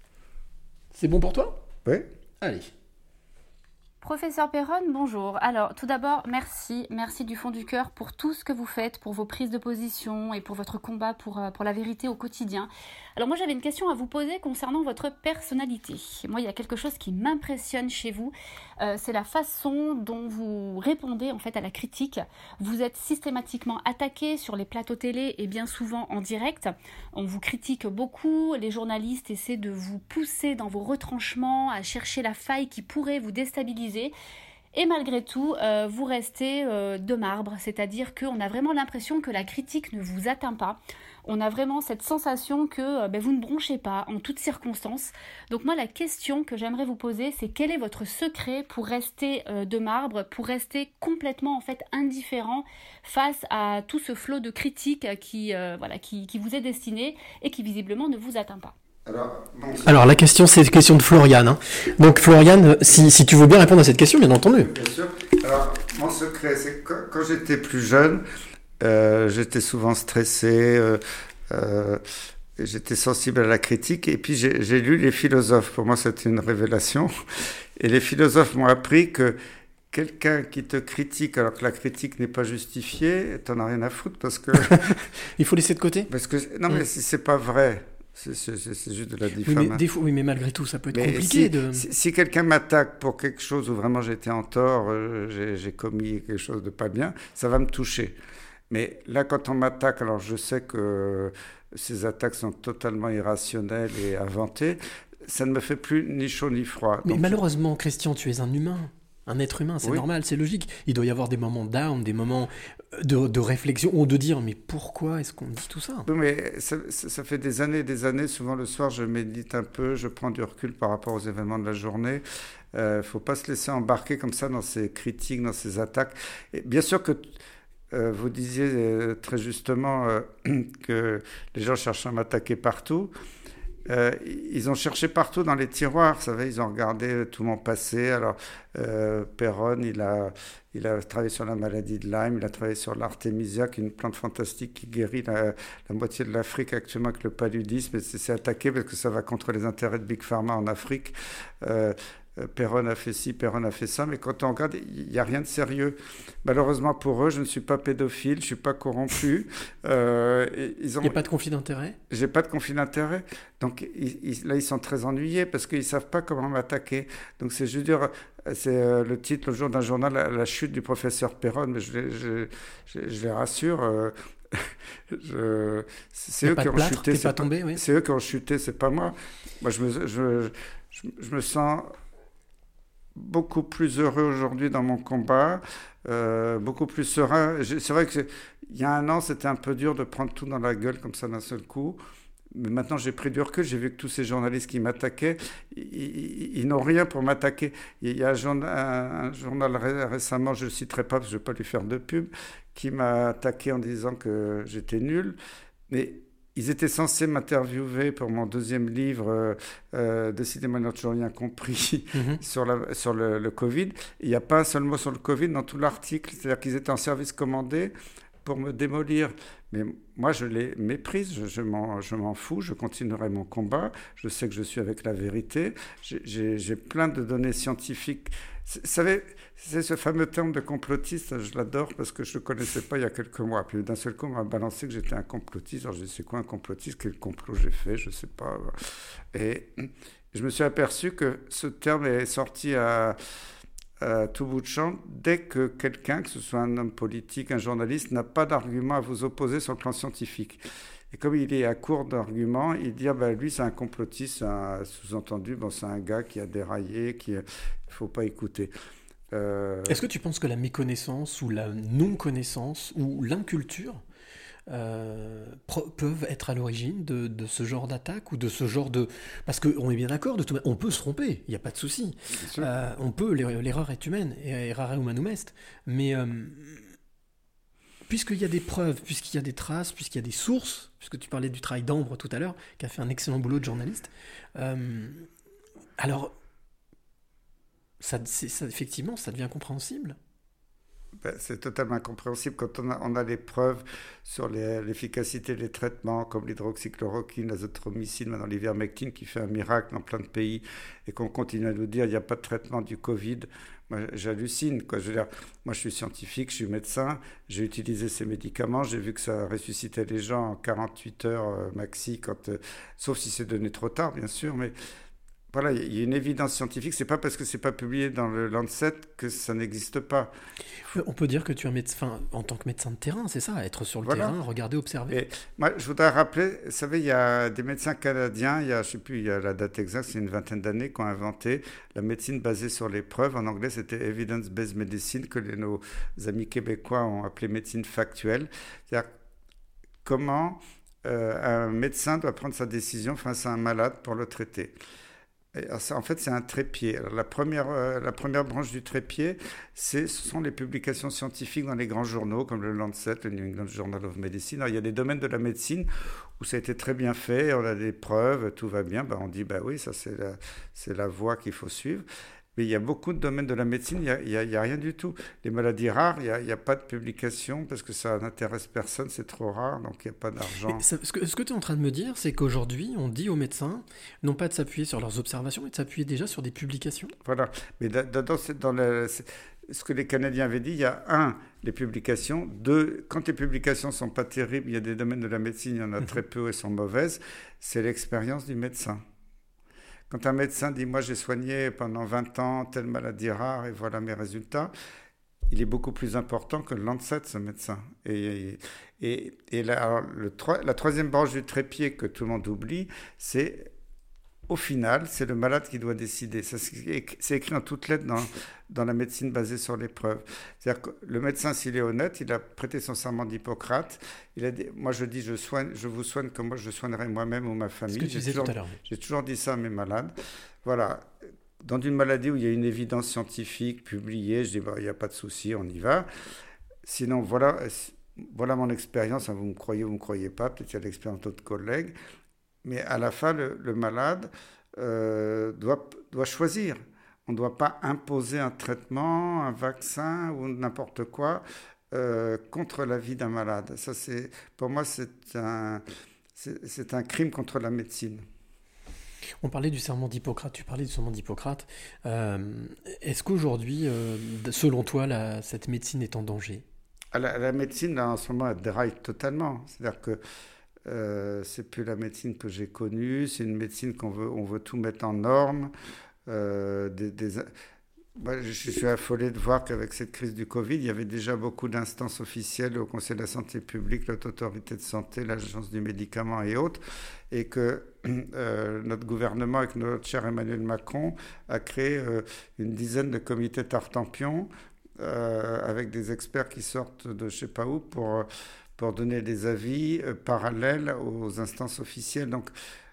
C'est bon pour toi? Oui. Allez. Professeur Perron, bonjour. Alors, tout d'abord, merci, merci du fond du cœur pour tout ce que vous faites, pour vos prises de position et pour votre combat pour, pour la vérité au quotidien. Alors moi, j'avais une question à vous poser concernant votre personnalité. Moi, il y a quelque chose qui m'impressionne chez vous, euh, c'est la façon dont vous répondez en fait à la critique. Vous êtes systématiquement attaqué sur les plateaux télé et bien souvent en direct. On vous critique beaucoup, les journalistes essaient de vous pousser dans vos retranchements, à chercher la faille qui pourrait vous déstabiliser. Et malgré tout, euh, vous restez euh, de marbre, c'est-à-dire qu'on a vraiment l'impression que la critique ne vous atteint pas. On a vraiment cette sensation que euh, ben, vous ne bronchez pas en toutes circonstances. Donc moi, la question que j'aimerais vous poser, c'est quel est votre secret pour rester euh, de marbre, pour rester complètement en fait indifférent face à tout ce flot de critiques qui, euh, voilà, qui, qui vous est destiné et qui visiblement ne vous atteint pas. Alors, bon, Alors, la question, c'est une question de Floriane. Hein. Donc, Floriane, si, si tu veux bien répondre à cette question, bien entendu. Bien sûr. Alors, mon secret, c'est que quand, quand j'étais plus jeune, euh, j'étais souvent stressé, euh, euh, j'étais sensible à la critique, et puis j'ai, j'ai lu les philosophes. Pour moi, c'était une révélation. Et les philosophes m'ont appris que quelqu'un qui te critique alors que la critique n'est pas justifiée, t'en as rien à foutre parce que... Il faut laisser de côté. Parce que non, mais mm. si c'est pas vrai... C'est, c'est, c'est juste de la diffamation. Oui mais, des fois, oui, mais malgré tout, ça peut être mais compliqué. Si, de... si, si quelqu'un m'attaque pour quelque chose où vraiment j'étais en tort, euh, j'ai, j'ai commis quelque chose de pas bien, ça va me toucher. Mais là, quand on m'attaque, alors je sais que ces attaques sont totalement irrationnelles et inventées, ça ne me fait plus ni chaud ni froid. Mais Donc, malheureusement, Christian, tu es un humain. Un être humain, c'est oui. normal, c'est logique. Il doit y avoir des moments down, des moments de, de réflexion, ou de dire, mais pourquoi est-ce qu'on dit tout ça? Oui, mais ça, ça, ça fait des années et des années, souvent le soir, je médite un peu, je prends du recul par rapport aux événements de la journée. Il euh, ne faut pas se laisser embarquer comme ça dans ces critiques, dans ces attaques. Et bien sûr que euh, vous disiez euh, très justement euh, que les gens cherchent à m'attaquer partout. Euh, ils ont cherché partout dans les tiroirs, vous savez, ils ont regardé tout mon passé. Alors, euh, Perron, il a, il a travaillé sur la maladie de Lyme, il a travaillé sur l'artémisia, qui est une plante fantastique qui guérit la, la moitié de l'Afrique actuellement avec le paludisme. Et c'est, c'est attaqué parce que ça va contre les intérêts de Big Pharma en Afrique. Euh, Perron a fait ci, Perron a fait ça, mais quand on regarde, il n'y a rien de sérieux. Malheureusement pour eux, je ne suis pas pédophile, je ne suis pas corrompu. Euh, ils ont... Il n'y a pas de conflit d'intérêt? J'ai pas de conflit d'intérêt. Donc ils, ils, là, ils sont très ennuyés parce qu'ils ne savent pas comment m'attaquer. Donc c'est juste dire, c'est euh, le titre le jour d'un journal, la, la chute du professeur Perron, mais je les, je, je, je les rassure. Euh, je, c'est Y a eux pas qui de ont plâtre, chuté. t'es C'est pas tombé, oui. c'est eux qui ont chuté, c'est pas moi. Moi, je me, je, je, je me sens beaucoup plus heureux aujourd'hui dans mon combat, euh, beaucoup plus serein. J'ai- C'est vrai que c'est- il y a un an, c'était un peu dur de prendre tout dans la gueule comme ça d'un seul coup. Mais maintenant, j'ai pris du recul. J'ai vu que tous ces journalistes qui m'attaquaient, ils, ils- ils n'ont rien pour m'attaquer. Il y a un, journa- un- un journal ré- récemment, je ne le citerai pas parce que je ne vais pas lui faire de pub, qui m'a attaqué en disant que j'étais nul. Mais ils étaient censés m'interviewer pour mon deuxième livre, euh, euh, Décidément, on n'a toujours rien compris, Mhm. sur, la, sur le, le Covid. Il n'y a pas un seul mot sur le Covid dans tout l'article. C'est-à-dire qu'ils étaient en service commandé pour me démolir. Mais moi, je les méprise, je, je m'en, je m'en fous, je continuerai mon combat. Je sais que je suis avec la vérité. J'ai, j'ai- j'ai plein de données scientifiques. C'est- Vous savez, c'est ce fameux terme de complotiste, je l'adore parce que je ne le connaissais pas il y a quelques mois. Puis d'un seul coup, on m'a balancé que j'étais un complotiste. Alors je dis, c'est quoi un complotiste? Quel complot j'ai fait? Je ne sais pas. Et je me suis aperçu que ce terme est sorti à, à tout bout de champ dès que quelqu'un, que ce soit un homme politique, un journaliste, n'a pas d'argument à vous opposer sur le plan scientifique. Et comme il est à court d'arguments, il dit ah ben, lui c'est un complotiste, c'est un- sous-entendu, bon, c'est un gars qui a déraillé, qui il faut pas écouter. Euh, Est-ce que tu penses que la méconnaissance ou la non-connaissance ou l'inculture euh, pro- peuvent être à l'origine de, de ce genre d'attaque ou de ce genre de... Parce qu'on est bien d'accord, de tout... on peut se tromper, il n'y a pas de souci. bien sûr. Euh, on peut, l'er- l'erreur est humaine, et errare humanum est. Mais euh, puisqu'il y a des preuves, puisqu'il y a des traces, puisqu'il y a des sources, puisque tu parlais du travail d'Ambre tout à l'heure, qui a fait un excellent boulot de journaliste, euh, alors, ça, c'est- ça, effectivement, ça devient compréhensible. Ben, c'est totalement incompréhensible quand on a, on a les preuves sur les- l'efficacité des traitements comme l'hydroxychloroquine, l'azithromycine, maintenant l'ivermectine qui fait un miracle dans plein de pays et qu'on continue à nous dire il n'y a pas de traitement du Covid. Moi, j'hallucine, quoi. Je veux dire, moi, je suis scientifique, je suis médecin, j'ai utilisé ces médicaments, j'ai vu que ça ressuscitait les gens en quarante-huit heures euh, maxi, quand, euh, sauf si c'est donné trop tard, bien sûr, mais voilà, il y a une évidence scientifique. C'est pas parce que c'est pas publié dans le Lancet que ça n'existe pas. Euh, On peut dire que tu es un médecin, en tant que médecin de terrain, c'est ça, être sur le Voilà. terrain, regarder, observer. Et moi, je voudrais rappeler, vous savez, il y a des médecins canadiens, il y a, je sais plus, il y a la date exacte, c'est une vingtaine d'années, qui ont inventé la médecine basée sur les preuves. En anglais, c'était evidence-based medicine, que les- nos amis québécois ont appelé médecine factuelle. C'est-à-dire comment euh, un médecin doit prendre sa décision face à un malade pour le traiter. Et alors, ça, en fait, c'est un trépied. Alors, la, première, euh, la première branche du trépied, c'est, ce sont les publications scientifiques dans les grands journaux, comme le Lancet, le New England Journal of Medicine. Alors, il y a des domaines de la médecine où ça a été très bien fait, on a des preuves, tout va bien. Ben, on dit, bah oui, ça c'est la, c'est la voie qu'il faut suivre. Mais il y a beaucoup de domaines de la médecine, il n'y a, il y a, il y a rien du tout. Les maladies rares, il n'y a, il y a pas de publication parce que ça n'intéresse personne, c'est trop rare, donc il n'y a pas d'argent. Mais ça- ce que, ce que tu es en train de me dire, c'est qu'aujourd'hui, on dit aux médecins, non pas de s'appuyer sur leurs observations, mais de s'appuyer déjà sur des publications. Voilà. Mais là- dedans, c'est dans le- c'est- ce que les Canadiens avaient dit, il y a un, les publications. Deux, quand les publications sont pas terribles, il y a des domaines de la médecine, il y en a très peu et sont mauvaises. C'est l'expérience du médecin. Quand un médecin dit, moi j'ai soigné pendant vingt ans telle maladie rare et voilà mes résultats, il est beaucoup plus important que le Lancet, ce médecin. Et, et, et la, alors, le, troi- la troisième branche du trépied que tout le monde oublie, c'est au final, c'est le malade qui doit décider. Ça, c'est c'est écrit en toutes lettres dans, dans la médecine basée sur les preuves. C'est-à-dire que le médecin, s'il est honnête, il a prêté son serment d'Hippocrate. Il a dit, moi je dis, je, soigne, je vous soigne comme moi je soignerai moi-même ou ma famille. Ce que tu J'ai disais toujours, tout à l'heure. j'ai toujours dit ça à mes malades. Voilà. Dans une maladie où il y a une évidence scientifique publiée, je dis, bah, il n'y a pas de souci, on y va. Sinon, voilà, voilà mon expérience. Hein, vous me croyez, vous ne me croyez pas. Peut-être qu'il y a l'expérience d'autres collègues. Mais à la fin, le, le malade euh, doit, doit choisir. On ne doit pas imposer un traitement, un vaccin ou n'importe quoi euh, contre la vie d'un malade. Ça, c'est, pour moi, c'est un, c'est, c'est un crime contre la médecine. On parlait du serment d'Hippocrate, tu parlais du serment d'Hippocrate. Euh, est-ce qu'aujourd'hui, euh, selon toi, la, cette médecine est en danger ? La, la médecine, là, en ce moment, elle déraille totalement. C'est-à-dire que Euh, c'est plus la médecine que j'ai connue, c'est une médecine qu'on veut, on veut tout mettre en normes. Euh, des, des... Moi, je suis affolé de voir qu'avec cette crise du Covid, il y avait déjà beaucoup d'instances officielles au Conseil de la santé publique, l'Haute Autorité de santé, l'Agence du médicament et autres, et que euh, notre gouvernement, avec notre cher Emmanuel Macron, a créé euh, une dizaine de comités Tartampion euh, avec des experts qui sortent de je ne sais pas où pour, pour donner des avis euh, parallèles aux instances officielles. Donc,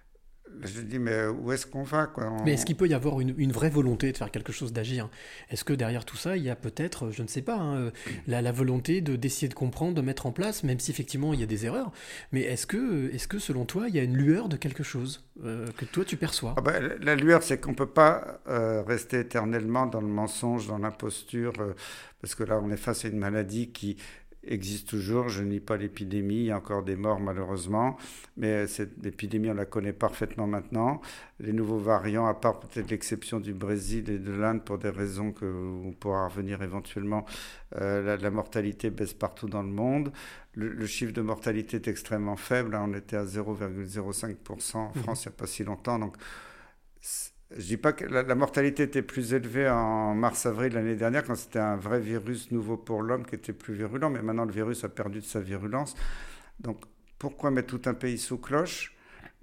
je dis, mais où est-ce qu'on va quoi on... Mais est-ce qu'il peut y avoir une, une vraie volonté de faire quelque chose, d'agir ? Est-ce que derrière tout ça, il y a peut-être, je ne sais pas, hein, la, la volonté de, d'essayer de comprendre, de mettre en place, même si effectivement il y a des erreurs, mais est-ce que, est-ce que selon toi, il y a une lueur de quelque chose euh, que toi tu perçois ? ah ben, La lueur, c'est qu'on ne peut pas euh, rester éternellement dans le mensonge, dans l'imposture, euh, parce que là, on est face à une maladie qui existe toujours, je ne nie pas l'épidémie, il y a encore des morts malheureusement, mais cette épidémie on la connaît parfaitement maintenant. Les nouveaux variants, à part peut-être l'exception du Brésil et de l'Inde pour des raisons que on pourra revenir éventuellement, euh, la, la mortalité baisse partout dans le monde. Le, le chiffre de mortalité est extrêmement faible, là, on était à zéro virgule zéro cinq pour cent en France mmh. il n'y a pas si longtemps, donc je ne dis pas que la, la mortalité était plus élevée en mars-avril l'année dernière quand c'était un vrai virus nouveau pour l'homme qui était plus virulent, mais maintenant le virus a perdu de sa virulence. Donc pourquoi mettre tout un pays sous cloche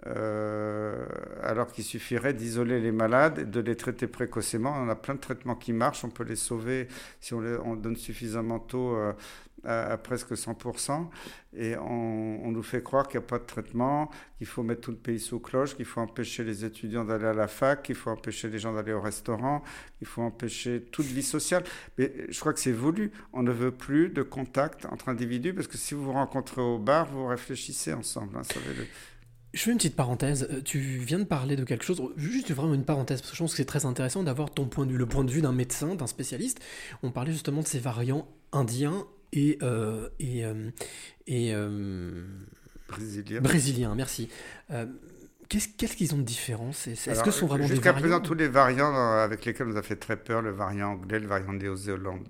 euh, alors qu'il suffirait d'isoler les malades et de les traiter précocement ? On a plein de traitements qui marchent, on peut les sauver si on, les, on donne suffisamment tôt euh, à, à presque cent pour cent, et on, on nous fait croire qu'il n'y a pas de traitement, qu'il faut mettre tout le pays sous cloche, qu'il faut empêcher les étudiants d'aller à la fac, qu'il faut empêcher les gens d'aller au restaurant, qu'il faut empêcher toute vie sociale. Mais je crois que c'est voulu. On ne veut plus de contact entre individus, parce que si vous vous rencontrez au bar, vous réfléchissez ensemble. Hein, savez-le. Je fais une petite parenthèse. Tu viens de parler de quelque chose, juste vraiment une parenthèse, parce que je pense que c'est très intéressant d'avoir ton point de vue, le point de vue d'un médecin, d'un spécialiste. On parlait justement de ces variants indiens et... Euh, et, euh, et euh, Brésiliens. Brésiliens, merci. Euh, qu'est-ce, qu'est-ce qu'ils ont de différent ? c'est, c'est, Est-ce Alors, que ce sont vraiment des jusqu'à variants ? présent, tous les variants avec lesquels on nous a fait très peur, le variant anglais, le variant néo-zélandais,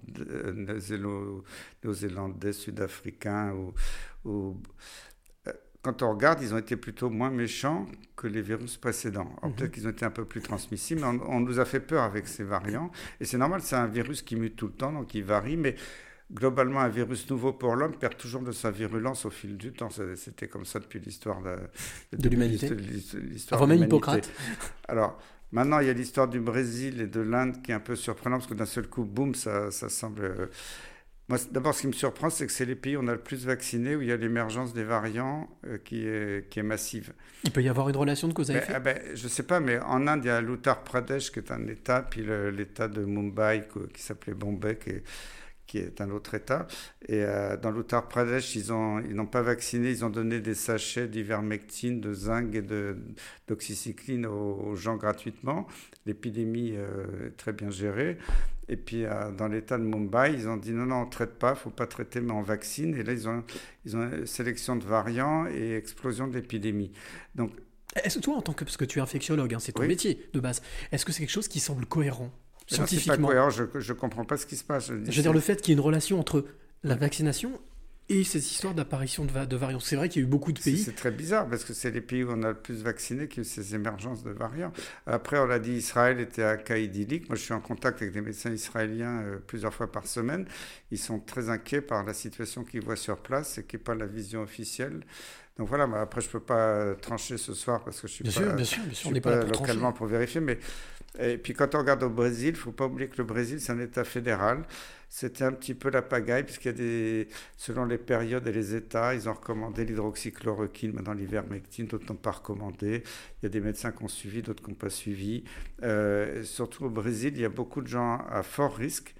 néo-zélandais sud-africain, ou... ou quand on regarde, ils ont été plutôt moins méchants que les virus précédents. Alors, mmh. Peut-être qu'ils ont été un peu plus transmissibles, mais on, on nous a fait peur avec ces variants. Et c'est normal, c'est un virus qui mute tout le temps, donc il varie. Mais globalement, un virus nouveau pour l'homme perd toujours de sa virulence au fil du temps. C'était comme ça depuis l'histoire de, de, de l'humanité. L'histoire Avant même Hippocrate. Alors, maintenant, il y a l'histoire du Brésil et de l'Inde qui est un peu surprenante, parce que d'un seul coup, boum, ça, ça semble... Euh, Moi, d'abord, ce qui me surprend, c'est que c'est les pays où on a le plus vacciné, où il y a l'émergence des variants euh, qui, est, qui est massive. Il peut y avoir une relation de cause à effet ? ben, ben, Je ne sais pas, mais en Inde, il y a l'Uttar Pradesh, qui est un État, puis le, l'État de Mumbai, qui s'appelait Bombay, qui est, qui est un autre État. Et euh, dans l'Uttar Pradesh, ils, ont, ils n'ont pas vacciné, ils ont donné des sachets d'ivermectine, de zinc et de, d'oxycycline aux, aux gens gratuitement. L'épidémie euh, est très bien gérée. Et puis, euh, dans l'État de Mumbai, ils ont dit non, non, on ne traite pas, il ne faut pas traiter, mais on vaccine. Et là, ils ont, ils ont une sélection de variants et explosion de l'épidémie. Donc, est-ce que toi, en tant que, parce que tu es infectiologue, hein, c'est ton oui. métier de base, est-ce que c'est quelque chose qui semble cohérent mais scientifiquement ? Non, c'est pas cohérent, je ne comprends pas ce qui se passe. Je, je veux dire, le fait qu'il y ait une relation entre la vaccination et ces histoires d'apparition de, va- de variants. C'est vrai qu'il y a eu beaucoup de pays. C'est, c'est très bizarre, parce que c'est les pays où on a le plus vacciné qui ont eu ces émergences de variants. Après, on l'a dit, Israël était un cas idyllique. Moi, je suis en contact avec des médecins israéliens euh, plusieurs fois par semaine. Ils sont très inquiets par la situation qu'ils voient sur place et qui n'est pas la vision officielle. Donc voilà, mais après, je ne peux pas trancher ce soir parce que je ne suis bien pas, sûr, bien sûr, bien sûr, je on suis n'est pas, pas là pour localement trancher. pour vérifier. Mais... Et puis quand on regarde au Brésil, il ne faut pas oublier que le Brésil, c'est un État fédéral. C'était un petit peu la pagaille, puisqu'il y a des, selon les périodes et les États, ils ont recommandé l'hydroxychloroquine, maintenant l'ivermectine, d'autres n'ont pas recommandé. Il y a des médecins qui ont suivi, d'autres qui n'ont pas suivi. Euh, surtout au Brésil, il y a beaucoup de gens à fort risque.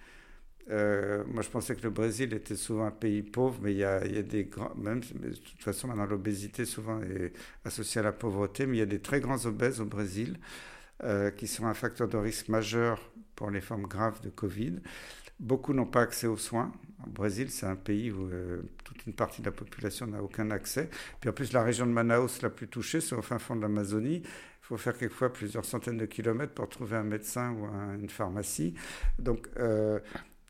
Euh, moi, je pensais que le Brésil était souvent un pays pauvre, mais il y a, il y a des grands... Même, de toute façon, maintenant, l'obésité souvent est associée à la pauvreté, mais il y a des très grands obèses au Brésil euh, qui sont un facteur de risque majeur pour les formes graves de Covid. Beaucoup n'ont pas accès aux soins. Au Brésil, c'est un pays où euh, toute une partie de la population n'a aucun accès. Puis en plus, la région de Manaus la plus touchée, c'est au fin fond de l'Amazonie. Il faut faire quelquefois plusieurs centaines de kilomètres pour trouver un médecin ou un, une pharmacie. Donc, euh,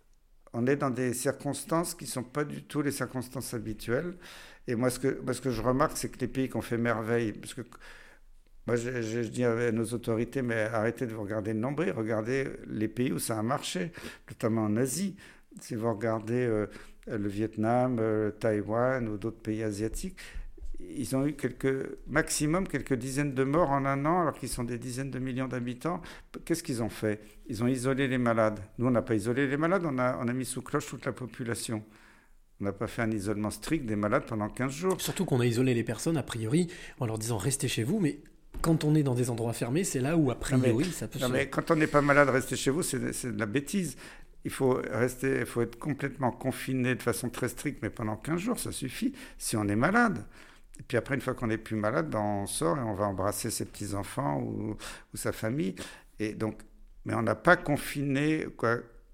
on est dans des circonstances qui ne sont pas du tout les circonstances habituelles. Et moi, ce que, moi, ce que je remarque, c'est que les pays qui ont fait merveille, parce que Moi, je, je, je dis à nos autorités, mais arrêtez de vous regarder le nombril, regardez les pays où ça a marché, notamment en Asie. Si vous regardez euh, le Vietnam, euh, Taïwan ou d'autres pays asiatiques, ils ont eu quelques, maximum quelques dizaines de morts en un an, alors qu'ils sont des dizaines de millions d'habitants. Qu'est-ce qu'ils ont fait? Ils ont isolé les malades. Nous, on n'a pas isolé les malades, on a, on a mis sous cloche toute la population. On n'a pas fait un isolement strict des malades pendant quinze jours. Surtout qu'on a isolé les personnes, a priori, en leur disant restez chez vous, mais quand on est dans des endroits fermés, c'est là où, a priori, non mais, ça peut non se... mais quand on n'est pas malade, rester chez vous, c'est, c'est de la bêtise. Il faut, rester, il faut être complètement confiné de façon très stricte, mais pendant quinze jours, ça suffit, si on est malade. Et puis après, une fois qu'on n'est plus malade, ben on sort et on va embrasser ses petits-enfants ou, ou sa famille. Et donc, mais on n'a pas confiné quoi,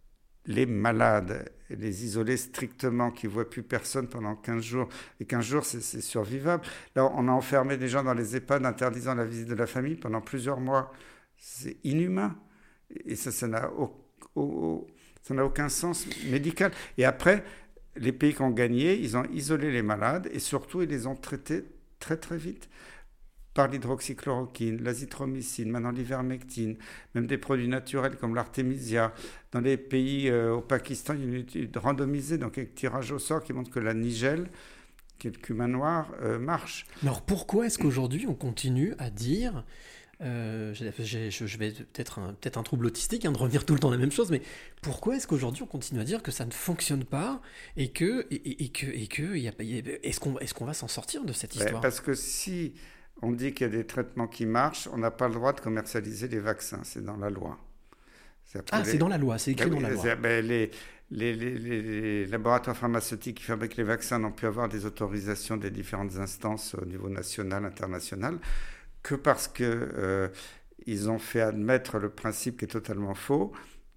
les malades, et les isoler strictement, qui ne voient plus personne pendant quinze jours. Et quinze jours, c'est, c'est survivable. Là, on a enfermé des gens dans les EHPAD, interdisant la visite de la famille pendant plusieurs mois. C'est inhumain. Et ça, ça n'a, au, au, ça n'a aucun sens médical. Et après... Les pays qui ont gagné, ils ont isolé les malades et surtout, ils les ont traités très très vite par l'hydroxychloroquine, l'azithromycine, maintenant l'ivermectine, même des produits naturels comme l'artémisia. Dans les pays, euh, au Pakistan, il y a une étude randomisée, donc avec tirage au sort, qui montre que la nigelle, qui est le cumin noir, euh, marche. Alors pourquoi est-ce qu'aujourd'hui, on continue à dire... Euh, j'ai, j'ai, je vais peut-être un, peut-être un trouble autistique hein, de revenir tout le temps la même chose, mais pourquoi est-ce qu'aujourd'hui on continue à dire que ça ne fonctionne pas et que, et, et, et que, et que y a, y a, est-ce, qu'on, est-ce qu'on va s'en sortir de cette histoire? Ouais, parce que si on dit qu'il y a des traitements qui marchent, on n'a pas le droit de commercialiser les vaccins, c'est dans la loi. C'est ah, les... c'est dans la loi, c'est écrit ben, dans la loi. Ben, les, les, les, les laboratoires pharmaceutiques qui fabriquent les vaccins n'ont pu avoir des autorisations des différentes instances au niveau national, international, que parce qu'ils euh, ont fait admettre le principe qui est totalement faux,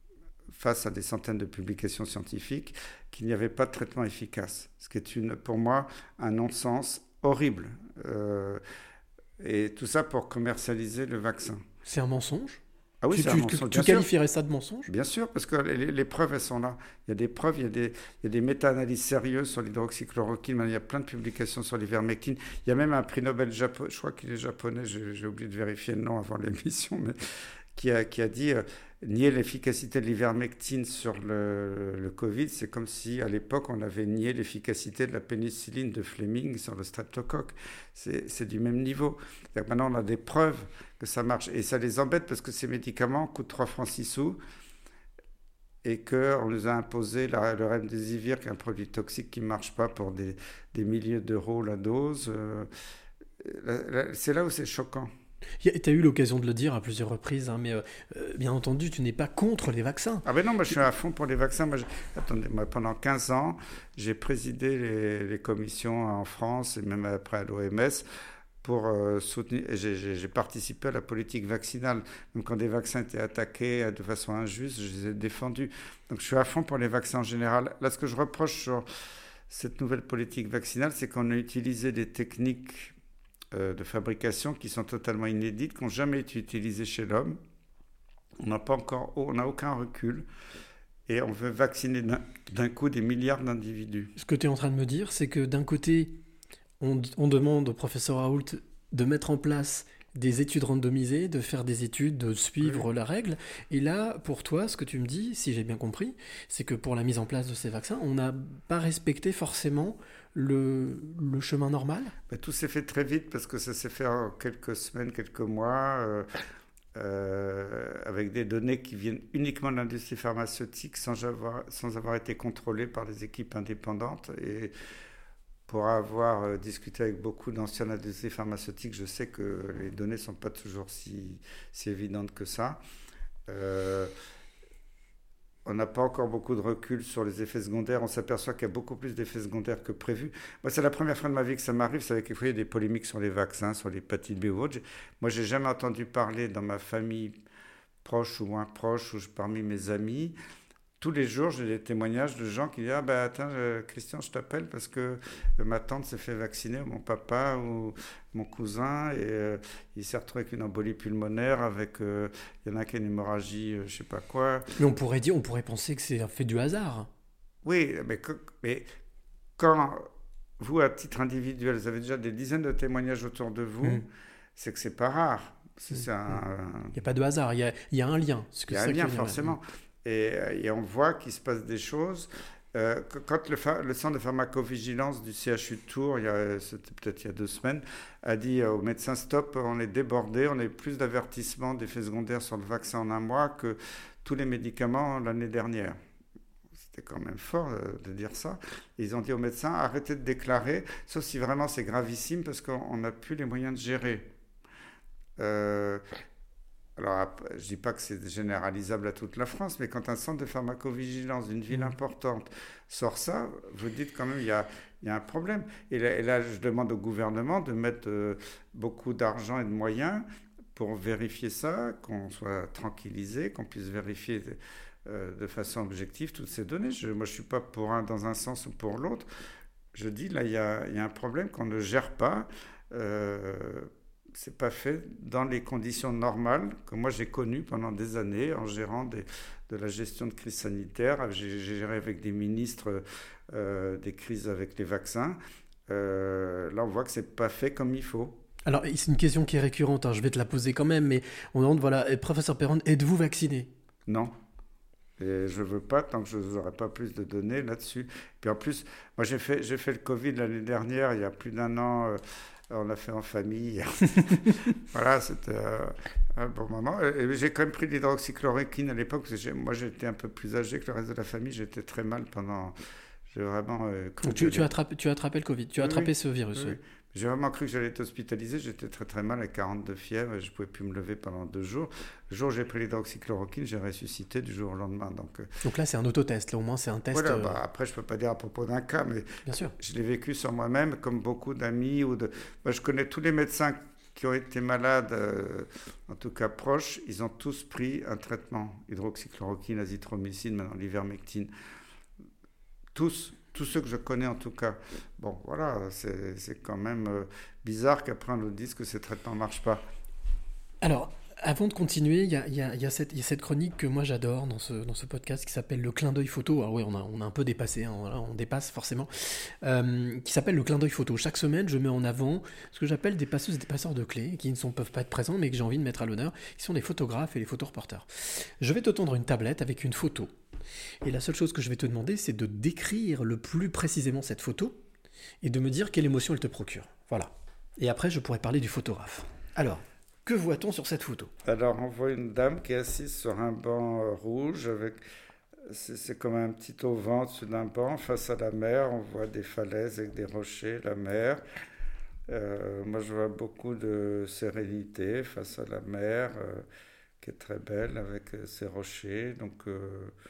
face à des centaines de publications scientifiques, qu'il n'y avait pas de traitement efficace. Ce qui est une, pour moi un non-sens horrible. Euh, et tout ça pour commercialiser le vaccin. C'est un mensonge? Ah oui, tu, c'est un tu, mensonge. Tu, tu qualifierais ça de mensonge? Bien sûr, parce que les, les preuves, elles sont là. Il y a des preuves, il y a des, il y a des méta-analyses sérieuses sur l'hydroxychloroquine, il y a plein de publications sur l'ivermectine. Il y a même un prix Nobel japonais, je crois qu'il est japonais, j'ai, j'ai oublié de vérifier le nom avant l'émission, mais qui a, qui a dit euh, nier l'efficacité de l'ivermectine sur le, le Covid, c'est comme si à l'époque on avait nié l'efficacité de la pénicilline de Fleming sur le streptocoque. C'est, c'est du même niveau. C'est-à-dire que maintenant on a des preuves que ça marche. Et ça les embête parce que ces médicaments coûtent trois francs six sous et qu'on nous a imposé la, le remdesivir, qui est un produit toxique qui ne marche pas pour des, des milliers d'euros la dose. Euh, là, là, c'est là où c'est choquant. Tu as eu l'occasion de le dire à plusieurs reprises, hein, mais euh, bien entendu, tu n'es pas contre les vaccins. Ah ben non, moi je suis à fond pour les vaccins. Moi, attendez, moi, pendant quinze ans, j'ai présidé les, les commissions en France et même après à l'O M S pour euh, soutenir. J'ai, j'ai, j'ai participé à la politique vaccinale. Donc quand des vaccins étaient attaqués de façon injuste, je les ai défendus. Donc je suis à fond pour les vaccins en général. Là, ce que je reproche sur cette nouvelle politique vaccinale, c'est qu'on a utilisé des techniques euh, de fabrication qui sont totalement inédites, qui n'ont jamais été utilisées chez l'homme. On n'a pas encore, on n'a aucun recul. Et on veut vacciner d'un, d'un coup des milliards d'individus. Ce que tu es en train de me dire, c'est que d'un côté, on, on demande au professeur Raoult de mettre en place des études randomisées, de faire des études, de suivre oui. la règle. Et là, pour toi, ce que tu me dis, si j'ai bien compris, c'est que pour la mise en place de ces vaccins, on n'a pas respecté forcément le, le chemin normal ? Ben, tout s'est fait très vite parce que ça s'est fait en quelques semaines, quelques mois, euh, euh, avec des données qui viennent uniquement de l'industrie pharmaceutique sans avoir, sans avoir été contrôlées par des équipes indépendantes. Et pour avoir euh, discuté avec beaucoup d'anciens de l'industrie pharmaceutique, je sais que les données ne sont pas toujours si, si évidentes que ça. Euh, on n'a pas encore beaucoup de recul sur les effets secondaires. On s'aperçoit qu'il y a beaucoup plus d'effets secondaires que prévu. Moi, c'est la première fois de ma vie que ça m'arrive. C'est avec il y a des polémiques sur les vaccins, sur l'hépatite B ou autre. Moi, je n'ai jamais entendu parler dans ma famille proche ou moins proche, ou parmi mes amis. Tous les jours, j'ai des témoignages de gens qui disent « Ah ben attends, euh, Christian, je t'appelle parce que euh, ma tante s'est fait vacciner, ou mon papa, ou mon cousin, et euh, il s'est retrouvé avec une embolie pulmonaire, avec, il euh, y en a qui a une hémorragie, euh, je sais pas quoi. » Mais on pourrait dire, on pourrait penser que c'est un fait du hasard. Oui, mais, que, mais quand vous, à titre individuel, vous avez déjà des dizaines de témoignages autour de vous, mmh. c'est que c'est pas rare. C'est, c'est un, il n'y a pas de hasard, il y a, il y a un lien. Il y a un lien, forcément. Et, et on voit qu'il se passe des choses. Euh, quand le, le centre de pharmacovigilance du C H U de Tours, il y a, c'était peut-être il y a deux semaines, a dit aux médecins stop, on est débordés, on a eu plus d'avertissements d'effets secondaires sur le vaccin en un mois que tous les médicaments l'année dernière. C'était quand même fort de dire ça. Ils ont dit aux médecins, arrêtez de déclarer, sauf si vraiment c'est gravissime parce qu'on n'a plus les moyens de gérer. Euh, Alors, je ne dis pas que c'est généralisable à toute la France, mais quand un centre de pharmacovigilance d'une ville importante sort ça, vous dites quand même qu'il y a, y a un problème. Et là, et là, je demande au gouvernement de mettre euh, beaucoup d'argent et de moyens pour vérifier ça, qu'on soit tranquillisé, qu'on puisse vérifier de, euh, de façon objective toutes ces données. Je, moi, je ne suis pas pour un dans un sens ou pour l'autre. Je dis, là, il y a, y a un problème qu'on ne gère pas. Euh, C'est pas fait dans les conditions normales que moi j'ai connues pendant des années en gérant des, de la gestion de crise sanitaire. J'ai, j'ai géré avec des ministres euh, des crises avec les vaccins. Euh, là, on voit que c'est pas fait comme il faut. Alors, c'est une question qui est récurrente, hein, je vais te la poser quand même, mais on demande, voilà, professeur Perron, êtes-vous vacciné ? Non. Et je ne veux pas tant que je n'aurai pas plus de données là-dessus. Puis en plus, moi j'ai fait, j'ai fait le Covid l'année dernière, il y a plus d'un an. Euh, On l'a fait en famille. Voilà, c'était euh, un bon moment. Et j'ai quand même pris de l'hydroxychloroquine à l'époque, parce que j'ai, moi j'étais un peu plus âgé que le reste de la famille. J'étais très mal pendant... J'ai vraiment euh, cru tu, tu, attrapes, tu as attrapé le Covid, tu as oui, attrapé ce virus. Oui. Oui. J'ai vraiment cru que j'allais être hospitalisé. J'étais très très mal, avec quarante de fièvre. Je ne pouvais plus me lever pendant deux jours. Le jour où j'ai pris l'hydroxychloroquine, j'ai ressuscité du jour au lendemain. Donc, euh... donc là, c'est un autotest. Là, au moins, c'est un test. Voilà, euh... bah, après, je ne peux pas dire à propos d'un cas, mais Bien sûr. Je l'ai vécu sur moi-même, comme beaucoup d'amis. Ou de... Moi, je connais tous les médecins qui ont été malades, euh, en tout cas proches. Ils ont tous pris un traitement. Hydroxychloroquine, azithromycine, maintenant l'ivermectine. Tous. Tous ceux que je connais en tout cas. Bon, voilà, c'est, c'est quand même euh, bizarre qu'après on nous dise que ces traitements ne marchent pas. Alors, avant de continuer, il y a, y, a, y, a cette, y a cette chronique que moi j'adore dans ce, dans ce podcast qui s'appelle Le clin d'œil photo. Alors oui, on a, on a un peu dépassé, hein, voilà, on dépasse forcément. Euh, qui s'appelle Le clin d'œil photo. Chaque semaine, je mets en avant ce que j'appelle des passeuses et des passeurs de clés qui ne sont, peuvent pas être présents mais que j'ai envie de mettre à l'honneur, qui sont les photographes et les photoreporters. Je vais te tendre une tablette avec une photo. Et la seule chose que je vais te demander, c'est de décrire le plus précisément cette photo et de me dire quelle émotion elle te procure. Voilà. Et après, je pourrais parler du photographe. Alors, que voit-on sur cette photo ? Alors, on voit une dame qui est assise sur un banc euh, rouge, avec, c'est, c'est comme un petit auvent dessus d'un banc, face à la mer. On voit des falaises avec des rochers, la mer. Euh, moi, je vois beaucoup de sérénité face à la mer, euh, qui est très belle, avec euh, ses rochers. Donc... Euh,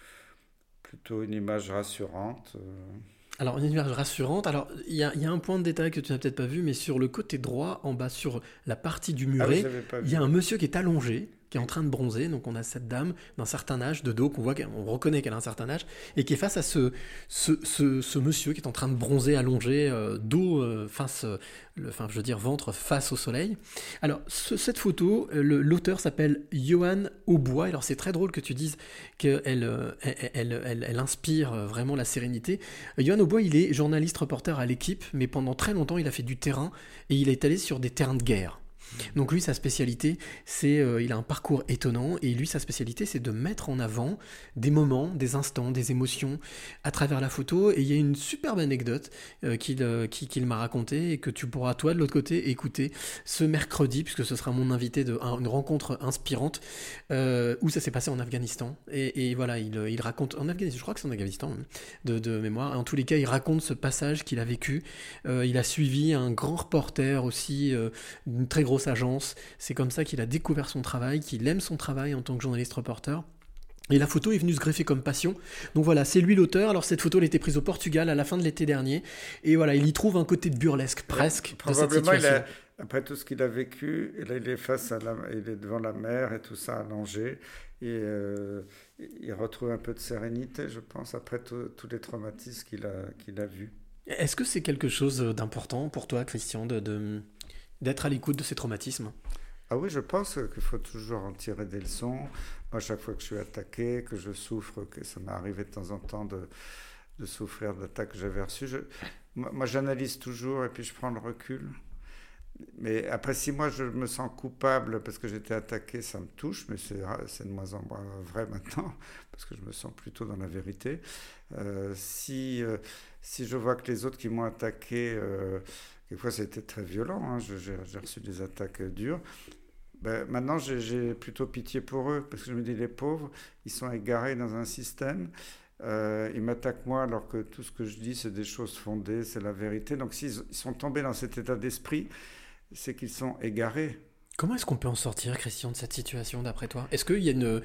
plutôt une image rassurante. Alors, une image rassurante. Alors, il y, y a un point de détail que tu n'as peut-être pas vu, mais sur le côté droit, en bas, sur la partie du muret, ah oui, il y a un monsieur qui est allongé, qui est en train de bronzer. Donc, on a cette dame d'un certain âge, de dos, qu'on voit, on reconnaît qu'elle a un certain âge, et qui est face à ce, ce, ce, ce monsieur qui est en train de bronzer, allongé, euh, dos euh, face, euh, le, enfin, je veux dire, ventre face au soleil. Alors, ce, cette photo, le, l'auteur s'appelle Johan Aubois. Alors, c'est très drôle que tu dises qu'elle euh, elle, elle, elle, elle inspire vraiment la sérénité. Johan Aubois, il est journaliste reporter à l'Équipe, mais pendant très longtemps, il a fait du terrain, et il est allé sur des terrains de guerre. Donc lui, sa spécialité, c'est, euh, il a un parcours étonnant, et lui, sa spécialité, c'est de mettre en avant des moments, des instants, des émotions à travers la photo. Et il y a une superbe anecdote euh, qu'il, euh, qu'il m'a racontée et que tu pourras, toi, de l'autre côté, écouter ce mercredi, puisque ce sera mon invité de un, une rencontre inspirante, euh, où ça s'est passé en Afghanistan. Et, et voilà, il, il raconte, en Afghanistan, je crois que c'est en Afghanistan, hein, de, de mémoire. En tous les cas, il raconte ce passage qu'il a vécu. Euh, il a suivi un grand reporter aussi, euh, d'une très grosse agence. C'est comme ça qu'il a découvert son travail, qu'il aime son travail en tant que journaliste reporter. Et la photo est venue se greffer comme passion. Donc voilà, c'est lui l'auteur. Alors cette photo, elle a été prise au Portugal à la fin de l'été dernier. Et voilà, il y trouve un côté de burlesque, presque, de cette situation. Il a, après tout ce qu'il a vécu, et là, il est face à la, il est devant la mer et tout ça, allongé. Et euh, il retrouve un peu de sérénité, je pense, après tous les traumatismes qu'il a, qu'il a vus. Est-ce que c'est quelque chose d'important pour toi, Christian, de... de... d'être à l'écoute de ces traumatismes? Ah oui, je pense qu'il faut toujours en tirer des leçons. Moi, chaque fois que je suis attaqué, que je souffre, que ça m'est arrivé de temps en temps de, de souffrir d'attaques que j'avais reçues, je, moi, moi, j'analyse toujours et puis je prends le recul. Mais après six mois, je me sens coupable parce que j'étais attaqué, ça me touche, mais c'est, c'est de moins en moins vrai maintenant, parce que je me sens plutôt dans la vérité. Euh, si, euh, si je vois que les autres qui m'ont attaqué, euh, quelquefois ça a été très violent, hein, je, j'ai, j'ai reçu des attaques dures, ben, maintenant j'ai, j'ai plutôt pitié pour eux, parce que je me dis, les pauvres, ils sont égarés dans un système. Euh, ils m'attaquent moi alors que tout ce que je dis c'est des choses fondées, c'est la vérité. Donc s'ils ils sont tombés dans cet état d'esprit, c'est qu'ils sont égarés. Comment est-ce qu'on peut en sortir, Christian, de cette situation d'après toi? Est-ce qu'il y a une...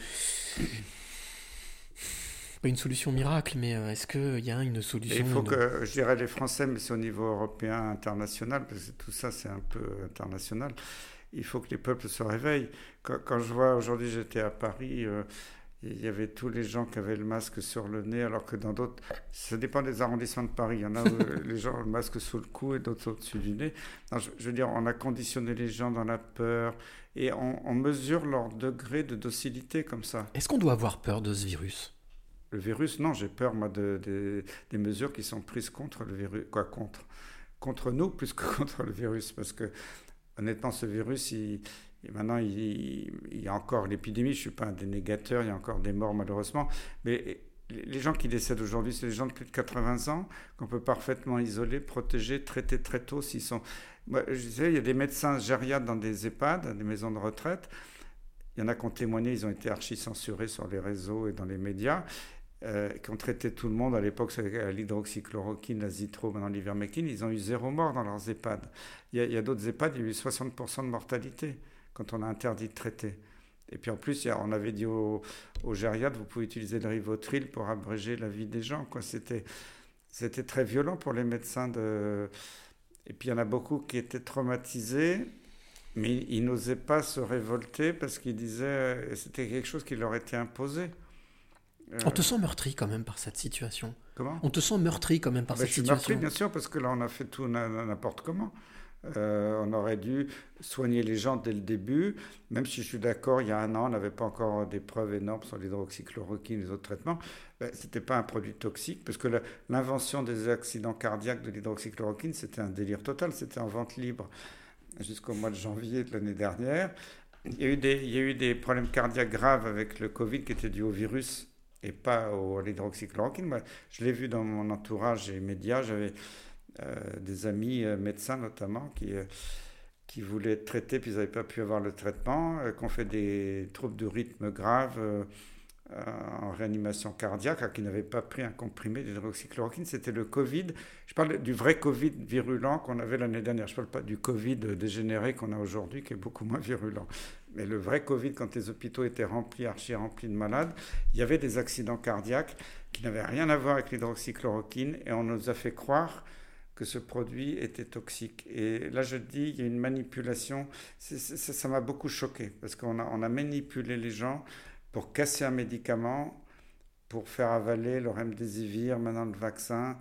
pas une solution miracle, mais est-ce qu'il y a une solution? Et il faut une... que, je dirais les Français, mais c'est au niveau européen, international, parce que tout ça c'est un peu international, il faut que les peuples se réveillent. Quand, quand je vois, aujourd'hui j'étais à Paris, euh, il y avait tous les gens qui avaient le masque sur le nez, alors que dans d'autres, ça dépend des arrondissements de Paris. Il y en a où les gens ont le masque sous le cou et d'autres au-dessus du nez. Non, je, je veux dire, on a conditionné les gens dans la peur et on, on mesure leur degré de docilité comme ça. Est-ce qu'on doit avoir peur de ce virus? Le virus, non, j'ai peur moi de, de, des mesures qui sont prises contre le virus, quoi, contre, contre nous plus que contre le virus, parce que honnêtement, ce virus, il Et maintenant, il, il y a encore l'épidémie, je ne suis pas un dénégateur, il y a encore des morts malheureusement, mais les gens qui décèdent aujourd'hui, c'est les gens de plus de quatre-vingts ans qu'on peut parfaitement isoler, protéger, traiter très tôt. S'ils sont... Moi, je disais, il y a des médecins gériatres dans des EHPAD, des maisons de retraite. Il y en a qui ont témoigné, ils ont été archi-censurés sur les réseaux et dans les médias, euh, qui ont traité tout le monde. À l'époque, c'était l'hydroxychloroquine, la Zitro, maintenant l'ivermectine. Ils ont eu zéro mort dans leurs EHPAD. Il y a, il y a d'autres EHPAD, il y a eu soixante pour cent de mortalité quand on a interdit de traiter. Et puis en plus, on avait dit aux, aux gériatres, vous pouvez utiliser le Rivotril pour abréger la vie des gens, quoi. C'était, c'était très violent pour les médecins. De... Et puis il y en a beaucoup qui étaient traumatisés, mais ils n'osaient pas se révolter parce qu'ils disaient que c'était quelque chose qui leur était imposé. Euh... On te sent meurtri quand même par cette situation. Comment ? On te sent meurtri quand même par ah ben cette je suis situation. Meurtri, bien sûr, parce que là on a fait tout n'importe comment. Euh, on aurait dû soigner les gens dès le début, même si je suis d'accord, il y a un an, on n'avait pas encore des preuves énormes sur l'hydroxychloroquine et les autres traitements. Ben, ce n'était pas un produit toxique, parce que la, l'invention des accidents cardiaques de l'hydroxychloroquine, c'était un délire total, c'était en vente libre jusqu'au mois de janvier de l'année dernière. Il y a eu des, il y a eu des problèmes cardiaques graves avec le Covid qui étaient dus au virus et pas au, à l'hydroxychloroquine. Moi, je l'ai vu dans mon entourage et médias, j'avais... Euh, des amis euh, médecins notamment qui, euh, qui voulaient être traités puis ils n'avaient pas pu avoir le traitement, euh, qui ont fait des troubles de rythme graves euh, euh, en réanimation cardiaque, qui n'avaient pas pris un comprimé d'hydroxychloroquine. C'était le Covid. Je parle du vrai Covid virulent qu'on avait l'année dernière. Je ne parle pas du Covid dégénéré qu'on a aujourd'hui, qui est beaucoup moins virulent. Mais le vrai Covid, quand les hôpitaux étaient remplis, archi remplis de malades, il y avait des accidents cardiaques qui n'avaient rien à voir avec l'hydroxychloroquine et on nous a fait croire que ce produit était toxique. Et là, je dis, il y a une manipulation. C'est, c'est, ça m'a beaucoup choqué, parce qu'on a, on a manipulé les gens pour casser un médicament, pour faire avaler le remdesivir, maintenant le vaccin.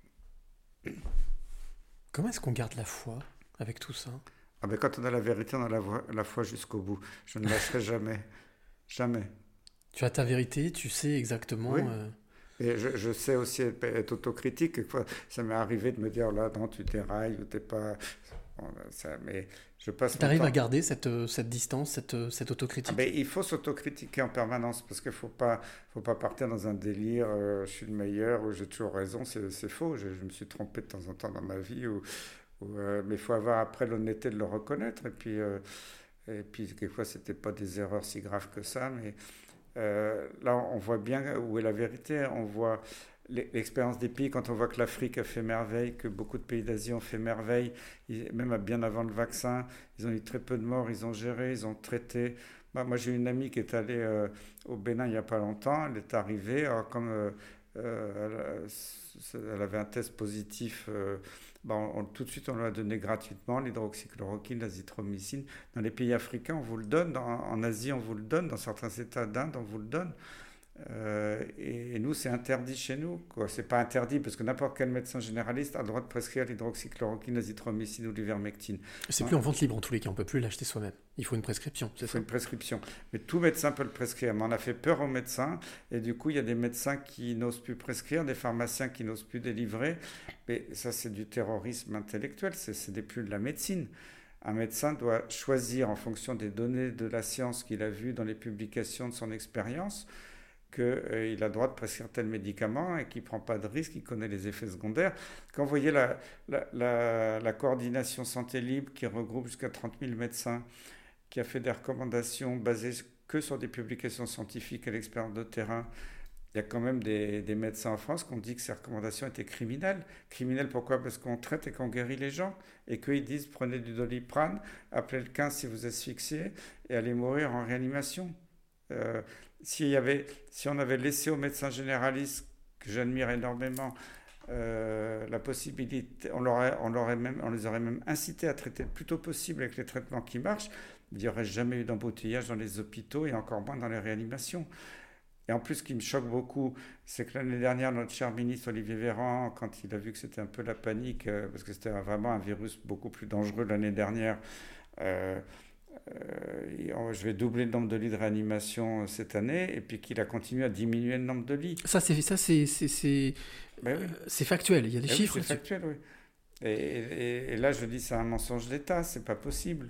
Comment est-ce qu'on garde la foi avec tout ça ? Ah ben, quand on a la vérité, on a la, voie, la foi jusqu'au bout. Je ne lâcherai jamais. Jamais. Tu as ta vérité, tu sais exactement... Oui. Euh... Et je, je sais aussi être, être autocritique. Quelquefois, ça m'est arrivé de me dire, là, non, tu dérailles ou t'es pas... Bon, ça, mais je passe. Tu arrives à garder cette, cette distance, cette, cette autocritique? Ah ben, il faut s'autocritiquer en permanence, parce qu'il ne faut pas, faut pas partir dans un délire, euh, je suis le meilleur, ou j'ai toujours raison, c'est, c'est faux. Je, je me suis trompé de temps en temps dans ma vie, ou, ou, euh, mais il faut avoir après l'honnêteté de le reconnaître. Et puis, euh, et puis quelquefois, ce n'était pas des erreurs si graves que ça, mais... Euh, là, on voit bien où est la vérité. On voit l'expérience des pays, quand on voit que l'Afrique a fait merveille, que beaucoup de pays d'Asie ont fait merveille, même bien avant le vaccin, ils ont eu très peu de morts, ils ont géré, ils ont traité. Bah, moi, j'ai une amie qui est allée euh, au Bénin il n'y a pas longtemps, elle est arrivée, alors, comme euh, euh, elle, elle avait un test positif, euh, bah, on, on, tout de suite on lui a donné gratuitement l'hydroxychloroquine, l'azithromycine. Dans les pays africains, on vous le donne, dans, en Asie, on vous le donne, dans certains États d'Inde, on vous le donne. Euh, et, et nous, c'est interdit chez nous, quoi. C'est pas interdit parce que n'importe quel médecin généraliste a le droit de prescrire l'hydroxychloroquine, l'azithromycine ou l'ivermectine. C'est hein? Plus en vente libre en tous les cas, on peut plus l'acheter soi-même. Il faut une prescription. C'est Il faut ça. une prescription. Mais tout médecin peut le prescrire. Mais on a fait peur aux médecins et du coup, il y a des médecins qui n'osent plus prescrire, des pharmaciens qui n'osent plus délivrer. Mais ça, c'est du terrorisme intellectuel. C'est, c'est des plus de la médecine. Un médecin doit choisir en fonction des données de la science qu'il a vues dans les publications de son expérience qu'il euh, a le droit de prescrire tel médicament et qu'il ne prend pas de risque, qu'il connaît les effets secondaires. Quand vous voyez la, la, la, la coordination santé libre qui regroupe jusqu'à trente mille médecins, qui a fait des recommandations basées que sur des publications scientifiques et l'expérience de terrain, il y a quand même des, des médecins en France qui ont dit que ces recommandations étaient criminelles. Criminelles pourquoi ? Parce qu'on traite et qu'on guérit les gens et qu'ils disent prenez du Doliprane, appelez le quinze si vous asphyxiez et allez mourir en réanimation. Euh, s'il y avait, si on avait laissé aux médecins généralistes, que j'admire énormément, euh, la possibilité, on, leur on, leur même, on les aurait même incités à traiter le plus tôt possible avec les traitements qui marchent, il n'y aurait jamais eu d'embouteillage dans les hôpitaux et encore moins dans les réanimations. Et en plus, ce qui me choque beaucoup, c'est que l'année dernière, notre cher ministre Olivier Véran, quand il a vu que c'était un peu la panique, euh, parce que c'était vraiment un virus beaucoup plus dangereux l'année dernière, euh, euh, je vais doubler le nombre de lits de réanimation cette année, et puis qu'il a continué à diminuer le nombre de lits. Ça, c'est, ça, c'est, c'est, c'est, ben oui. euh, c'est factuel, il y a des ben chiffres. Oui, c'est factuel, oui. Et, et, et là, je dis, c'est un mensonge d'État, c'est pas possible.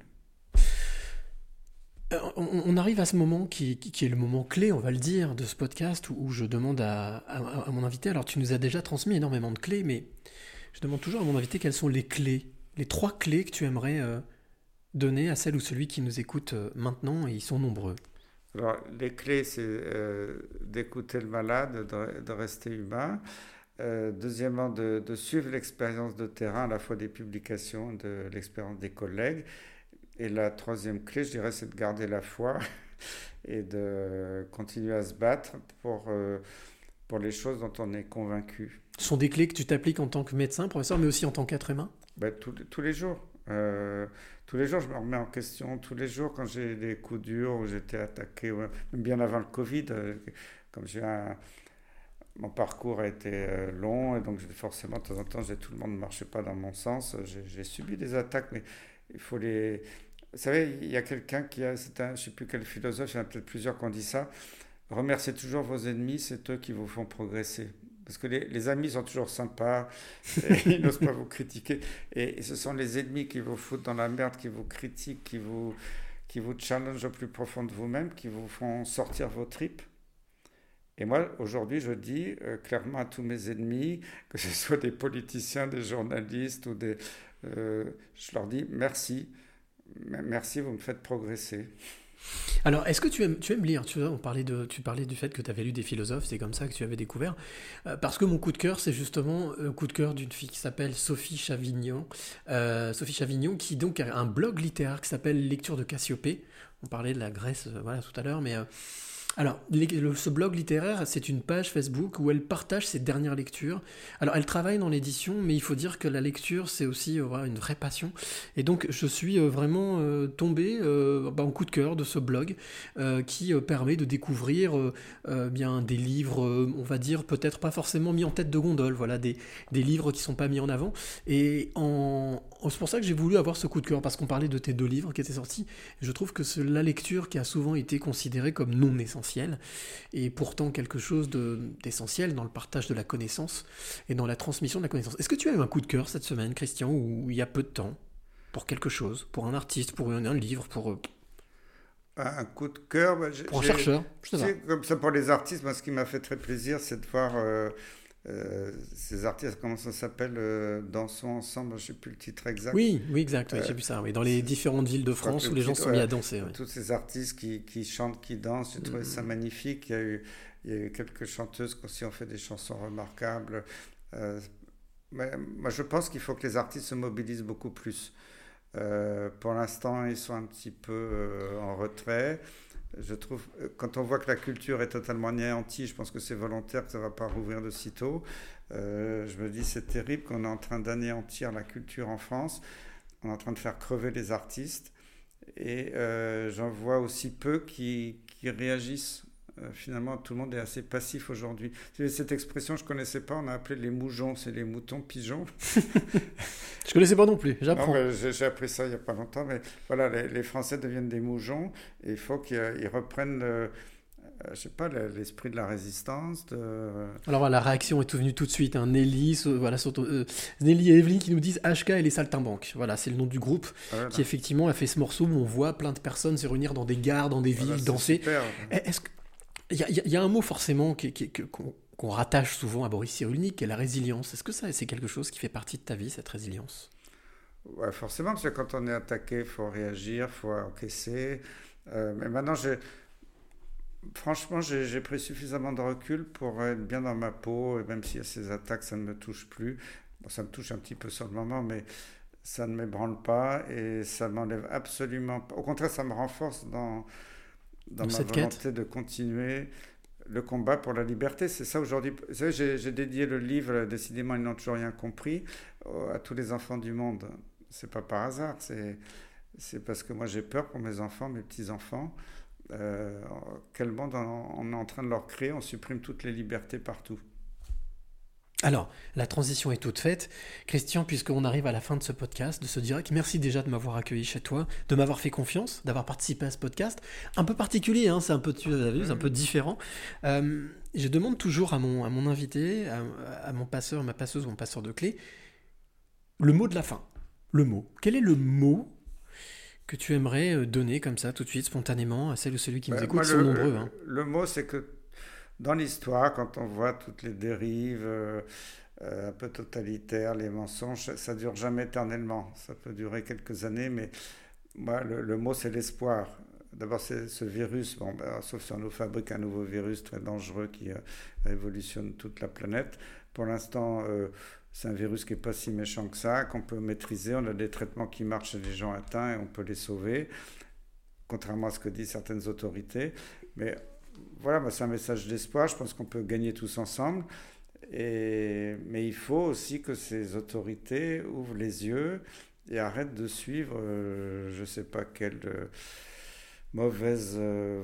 On, on arrive à ce moment qui, qui, qui est le moment clé, on va le dire, de ce podcast où, où je demande à, à, à mon invité, alors tu nous as déjà transmis énormément de clés, mais je demande toujours à mon invité quelles sont les clés, les trois clés que tu aimerais euh, donner à celle ou celui qui nous écoute euh, maintenant, et ils sont nombreux. Alors, les clés, c'est euh, d'écouter le malade, de, de rester humain. Euh, deuxièmement, de, de suivre l'expérience de terrain, à la fois des publications, de l'expérience des collègues. Et la troisième clé, je dirais, c'est de garder la foi et de continuer à se battre pour, euh, pour les choses dont on est convaincu. Ce sont des clés que tu t'appliques en tant que médecin, professeur, mais aussi en tant qu'être humain ? Ben, tous, tous les jours. Euh, tous les jours, je me remets en question. Tous les jours, quand j'ai des coups durs, où j'étais attaqué, même bien avant le Covid, euh, comme j'ai un... Mon parcours a été euh, long, et donc forcément, de temps en temps, j'ai, tout le monde ne marchait pas dans mon sens. J'ai, j'ai subi des attaques, mais il faut les... Vous savez, il y a quelqu'un qui a, c'est un, je ne sais plus quel philosophe, il y en a peut-être plusieurs qui ont dit ça, remerciez toujours vos ennemis, c'est eux qui vous font progresser. Parce que les, les amis sont toujours sympas, ils n'osent pas vous critiquer, et, et ce sont les ennemis qui vous foutent dans la merde, qui vous critiquent, qui vous, qui vous challengent au plus profond de vous-même, qui vous font sortir vos tripes. Et moi, aujourd'hui, je dis euh, clairement à tous mes ennemis, que ce soit des politiciens, des journalistes, ou des, euh, je leur dis merci. Merci, vous me faites progresser. Alors, est-ce que tu aimes, tu aimes lire ? Tu vois, on parlait de, tu parlais du fait que tu avais lu des philosophes, c'est comme ça que tu avais découvert. Euh, parce que mon coup de cœur, c'est justement le coup de cœur d'une fille qui s'appelle Sophie Chavignon. Euh, Sophie Chavignon, qui donc a un blog littéraire qui s'appelle Lecture de Cassiopée. On parlait de la Grèce euh, voilà, tout à l'heure, mais... Euh, Alors, ce blog littéraire, c'est une page Facebook où elle partage ses dernières lectures. Alors, elle travaille dans l'édition, mais il faut dire que la lecture, c'est aussi euh, voilà, une vraie passion. Et donc, je suis euh, vraiment euh, tombé euh, bah, en coup de cœur de ce blog euh, qui euh, permet de découvrir euh, euh, bien des livres, euh, on va dire, peut-être pas forcément mis en tête de gondole, voilà, des, des livres qui sont pas mis en avant. Et en, c'est pour ça que j'ai voulu avoir ce coup de cœur, parce qu'on parlait de tes deux livres qui étaient sortis. Je trouve que c'est la lecture qui a souvent été considérée comme non essentielle, et pourtant quelque chose de, d'essentiel dans le partage de la connaissance et dans la transmission de la connaissance. Est-ce que tu as eu un coup de cœur cette semaine, Christian, où il y a peu de temps, pour quelque chose, pour un artiste, pour un, un livre, pour... Un coup de cœur bah, pour un chercheur, je sais pas. Comme ça, pour les artistes, moi, ce qui m'a fait très plaisir, c'est de voir euh, euh, ces artistes, comment ça s'appelle, euh, dansons ensemble, je ne sais plus le titre exact. Oui, oui, exact, oui, euh, j'ai vu ça, oui, dans les différentes villes de France où les gens titre, sont mis ouais, à danser. Oui. Tous ces artistes qui, qui chantent, qui dansent, j'ai trouvé mmh. ça magnifique. Il y a eu, il y a eu quelques chanteuses qui aussi ont fait des chansons remarquables. Euh, mais, moi, je pense qu'il faut que les artistes se mobilisent beaucoup plus. Euh, pour l'instant, ils sont un petit peu euh, en retrait. Je trouve, quand on voit que la culture est totalement anéantie, je pense que c'est volontaire, que ça ne va pas rouvrir de sitôt. Euh, je me dis, c'est terrible qu'on est en train d'anéantir la culture en France. On est en train de faire crever les artistes. Et euh, j'en vois aussi peu qui, qui réagissent. Euh, finalement, tout le monde est assez passif aujourd'hui. Cette expression, je ne connaissais pas, on a appelé les moujons, c'est les moutons pigeons. Je ne connaissais pas non plus, j'apprends. Non, j'ai, j'ai appris ça il n'y a pas longtemps, mais voilà, les, les Français deviennent des moujons et il faut qu'ils reprennent le, euh, je sais pas, l'esprit de la résistance. De... Alors la réaction est venue tout de suite. Hein. Nelly, so, voilà, surtout, euh, Nelly et Evelyne qui nous disent H K et les saltimbanques. Voilà, c'est le nom du groupe voilà. qui effectivement a fait ce morceau où on voit plein de personnes se réunir dans des gares, dans des villes, voilà, danser. Super. Est-ce que il y, y, y a un mot forcément qui, qui, qui, qu'on, qu'on rattache souvent à Boris Cyrulnik, qui est la résilience. Est-ce que ça, c'est quelque chose qui fait partie de ta vie, cette résilience? Ouais, forcément, parce que quand on est attaqué, il faut réagir, il faut encaisser. Euh, mais maintenant, j'ai, franchement, j'ai, j'ai pris suffisamment de recul pour être bien dans ma peau, et même s'il y a ces attaques, ça ne me touche plus. Bon, ça me touche un petit peu sur le moment, mais ça ne m'ébranle pas et ça ne m'enlève absolument pas. Au contraire, ça me renforce dans... dans, dans ma volonté quête. de continuer le combat pour la liberté. C'est ça aujourd'hui. Vous savez, j'ai, j'ai dédié le livre « Décidément, ils n'ont toujours rien compris » à tous les enfants du monde. C'est pas par hasard, c'est, c'est parce que moi j'ai peur pour mes enfants, mes petits-enfants. Euh, quel monde on, on est en train de leur créer, on supprime toutes les libertés partout. Alors, la transition est toute faite. Christian, puisqu'on arrive à la fin de ce podcast, de ce direct, merci déjà de m'avoir accueilli chez toi, de m'avoir fait confiance, d'avoir participé à ce podcast. Un peu particulier, hein, c'est un peu, tu as vu, c'est un peu différent. Euh, je demande toujours à mon, à mon invité, à, à mon passeur, ma passeuse ou mon passeur de clés, le mot de la fin. Le mot. Quel est le mot que tu aimerais donner comme ça, tout de suite, spontanément, à celle ou celui qui nous bah, écoute? Moi, Ils sont le, nombreux. Le, hein. le mot, c'est que dans l'histoire, quand on voit toutes les dérives euh, un peu totalitaires, les mensonges, ça ne dure jamais éternellement. Ça peut durer quelques années, mais moi, le, le mot, c'est l'espoir. D'abord, c'est ce virus, bon, ben, sauf si on nous fabrique un nouveau virus très dangereux qui euh, révolutionne toute la planète. Pour l'instant, euh, c'est un virus qui n'est pas si méchant que ça, qu'on peut maîtriser. On a des traitements qui marchent chez les gens atteints et on peut les sauver, contrairement à ce que disent certaines autorités. Mais voilà, bah, c'est un message d'espoir. Je pense qu'on peut gagner tous ensemble. Et, mais il faut aussi que ces autorités ouvrent les yeux et arrêtent de suivre, euh, je ne sais pas quelle euh, mauvaise, euh,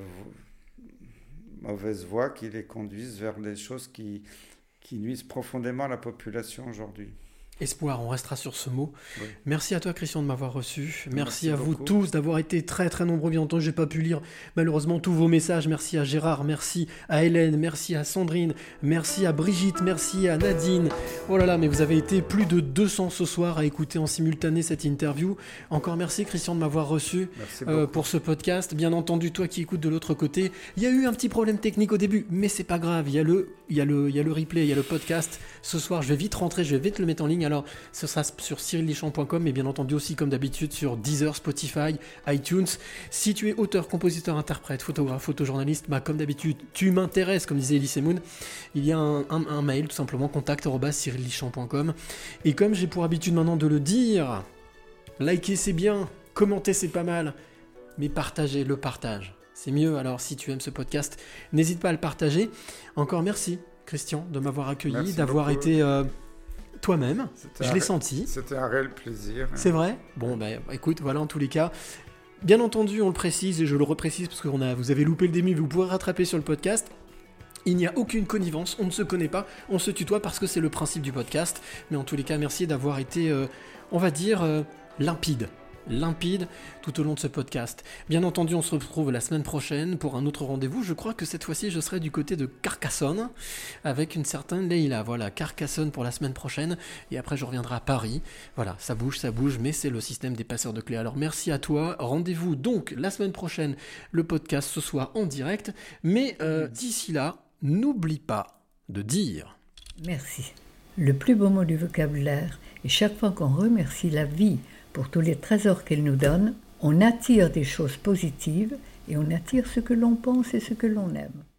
mauvaise voie qui les conduisent vers des choses qui... qui nuisent profondément à la population aujourd'hui. Espoir, on restera sur ce mot. Oui. Merci à toi, Christian, de m'avoir reçu. Merci, Merci à beaucoup. Vous tous d'avoir été très très nombreux. Bien entendu, je n'ai pas pu lire malheureusement tous vos messages. Merci à Gérard, merci à Hélène, merci à Sandrine, merci à Brigitte, merci à Nadine. Oh là là, mais vous avez été plus de deux cents ce soir à écouter en simultané cette interview. Encore merci, Christian, de m'avoir reçu euh, pour ce podcast. Bien entendu, toi qui écoutes de l'autre côté, il y a eu un petit problème technique au début, mais c'est pas grave. Il y a le, il y a le, il y a le replay, il y a le podcast. Ce soir, je vais vite rentrer, je vais vite le mettre en ligne. Alors, ce sera sur cyril lichamp point com, mais bien entendu aussi, comme d'habitude, sur Deezer, Spotify, iTunes. Si tu es auteur, compositeur, interprète, photographe, photojournaliste, bah, comme d'habitude, tu m'intéresses, comme disait Elise Moon, il y a un, un, un mail, tout simplement, contact arobase cyril lichamp point com. Et comme j'ai pour habitude maintenant de le dire, liker c'est bien, commenter c'est pas mal, mais partager, le partage, c'est mieux. Alors, si tu aimes ce podcast, n'hésite pas à le partager. Encore merci, Christian, de m'avoir accueilli, merci d'avoir beaucoup. été... Euh, toi-même, c'était je l'ai ré... senti. C'était un réel plaisir. C'est vrai ? Bon, bah, écoute, voilà, en tous les cas. Bien entendu, on le précise, et je le reprécise, parce que on a, vous avez loupé le début, vous pourrez rattraper sur le podcast. Il n'y a aucune connivence, on ne se connaît pas, on se tutoie parce que c'est le principe du podcast. Mais en tous les cas, merci d'avoir été, euh, on va dire, euh, limpide. limpide tout au long de ce podcast. Bien entendu, on se retrouve la semaine prochaine pour un autre rendez-vous. Je crois que cette fois-ci, je serai du côté de Carcassonne avec une certaine Leïla. Voilà, Carcassonne pour la semaine prochaine. Et après, je reviendrai à Paris. Voilà, ça bouge, ça bouge, mais c'est le système des passeurs de clés. Alors, merci à toi. Rendez-vous donc la semaine prochaine, le podcast ce soir en direct. Mais euh, d'ici là, n'oublie pas de dire... Merci. Le plus beau mot du vocabulaire. Et chaque fois qu'on remercie la vie pour tous les trésors qu'elle nous donne, on attire des choses positives et on attire ce que l'on pense et ce que l'on aime.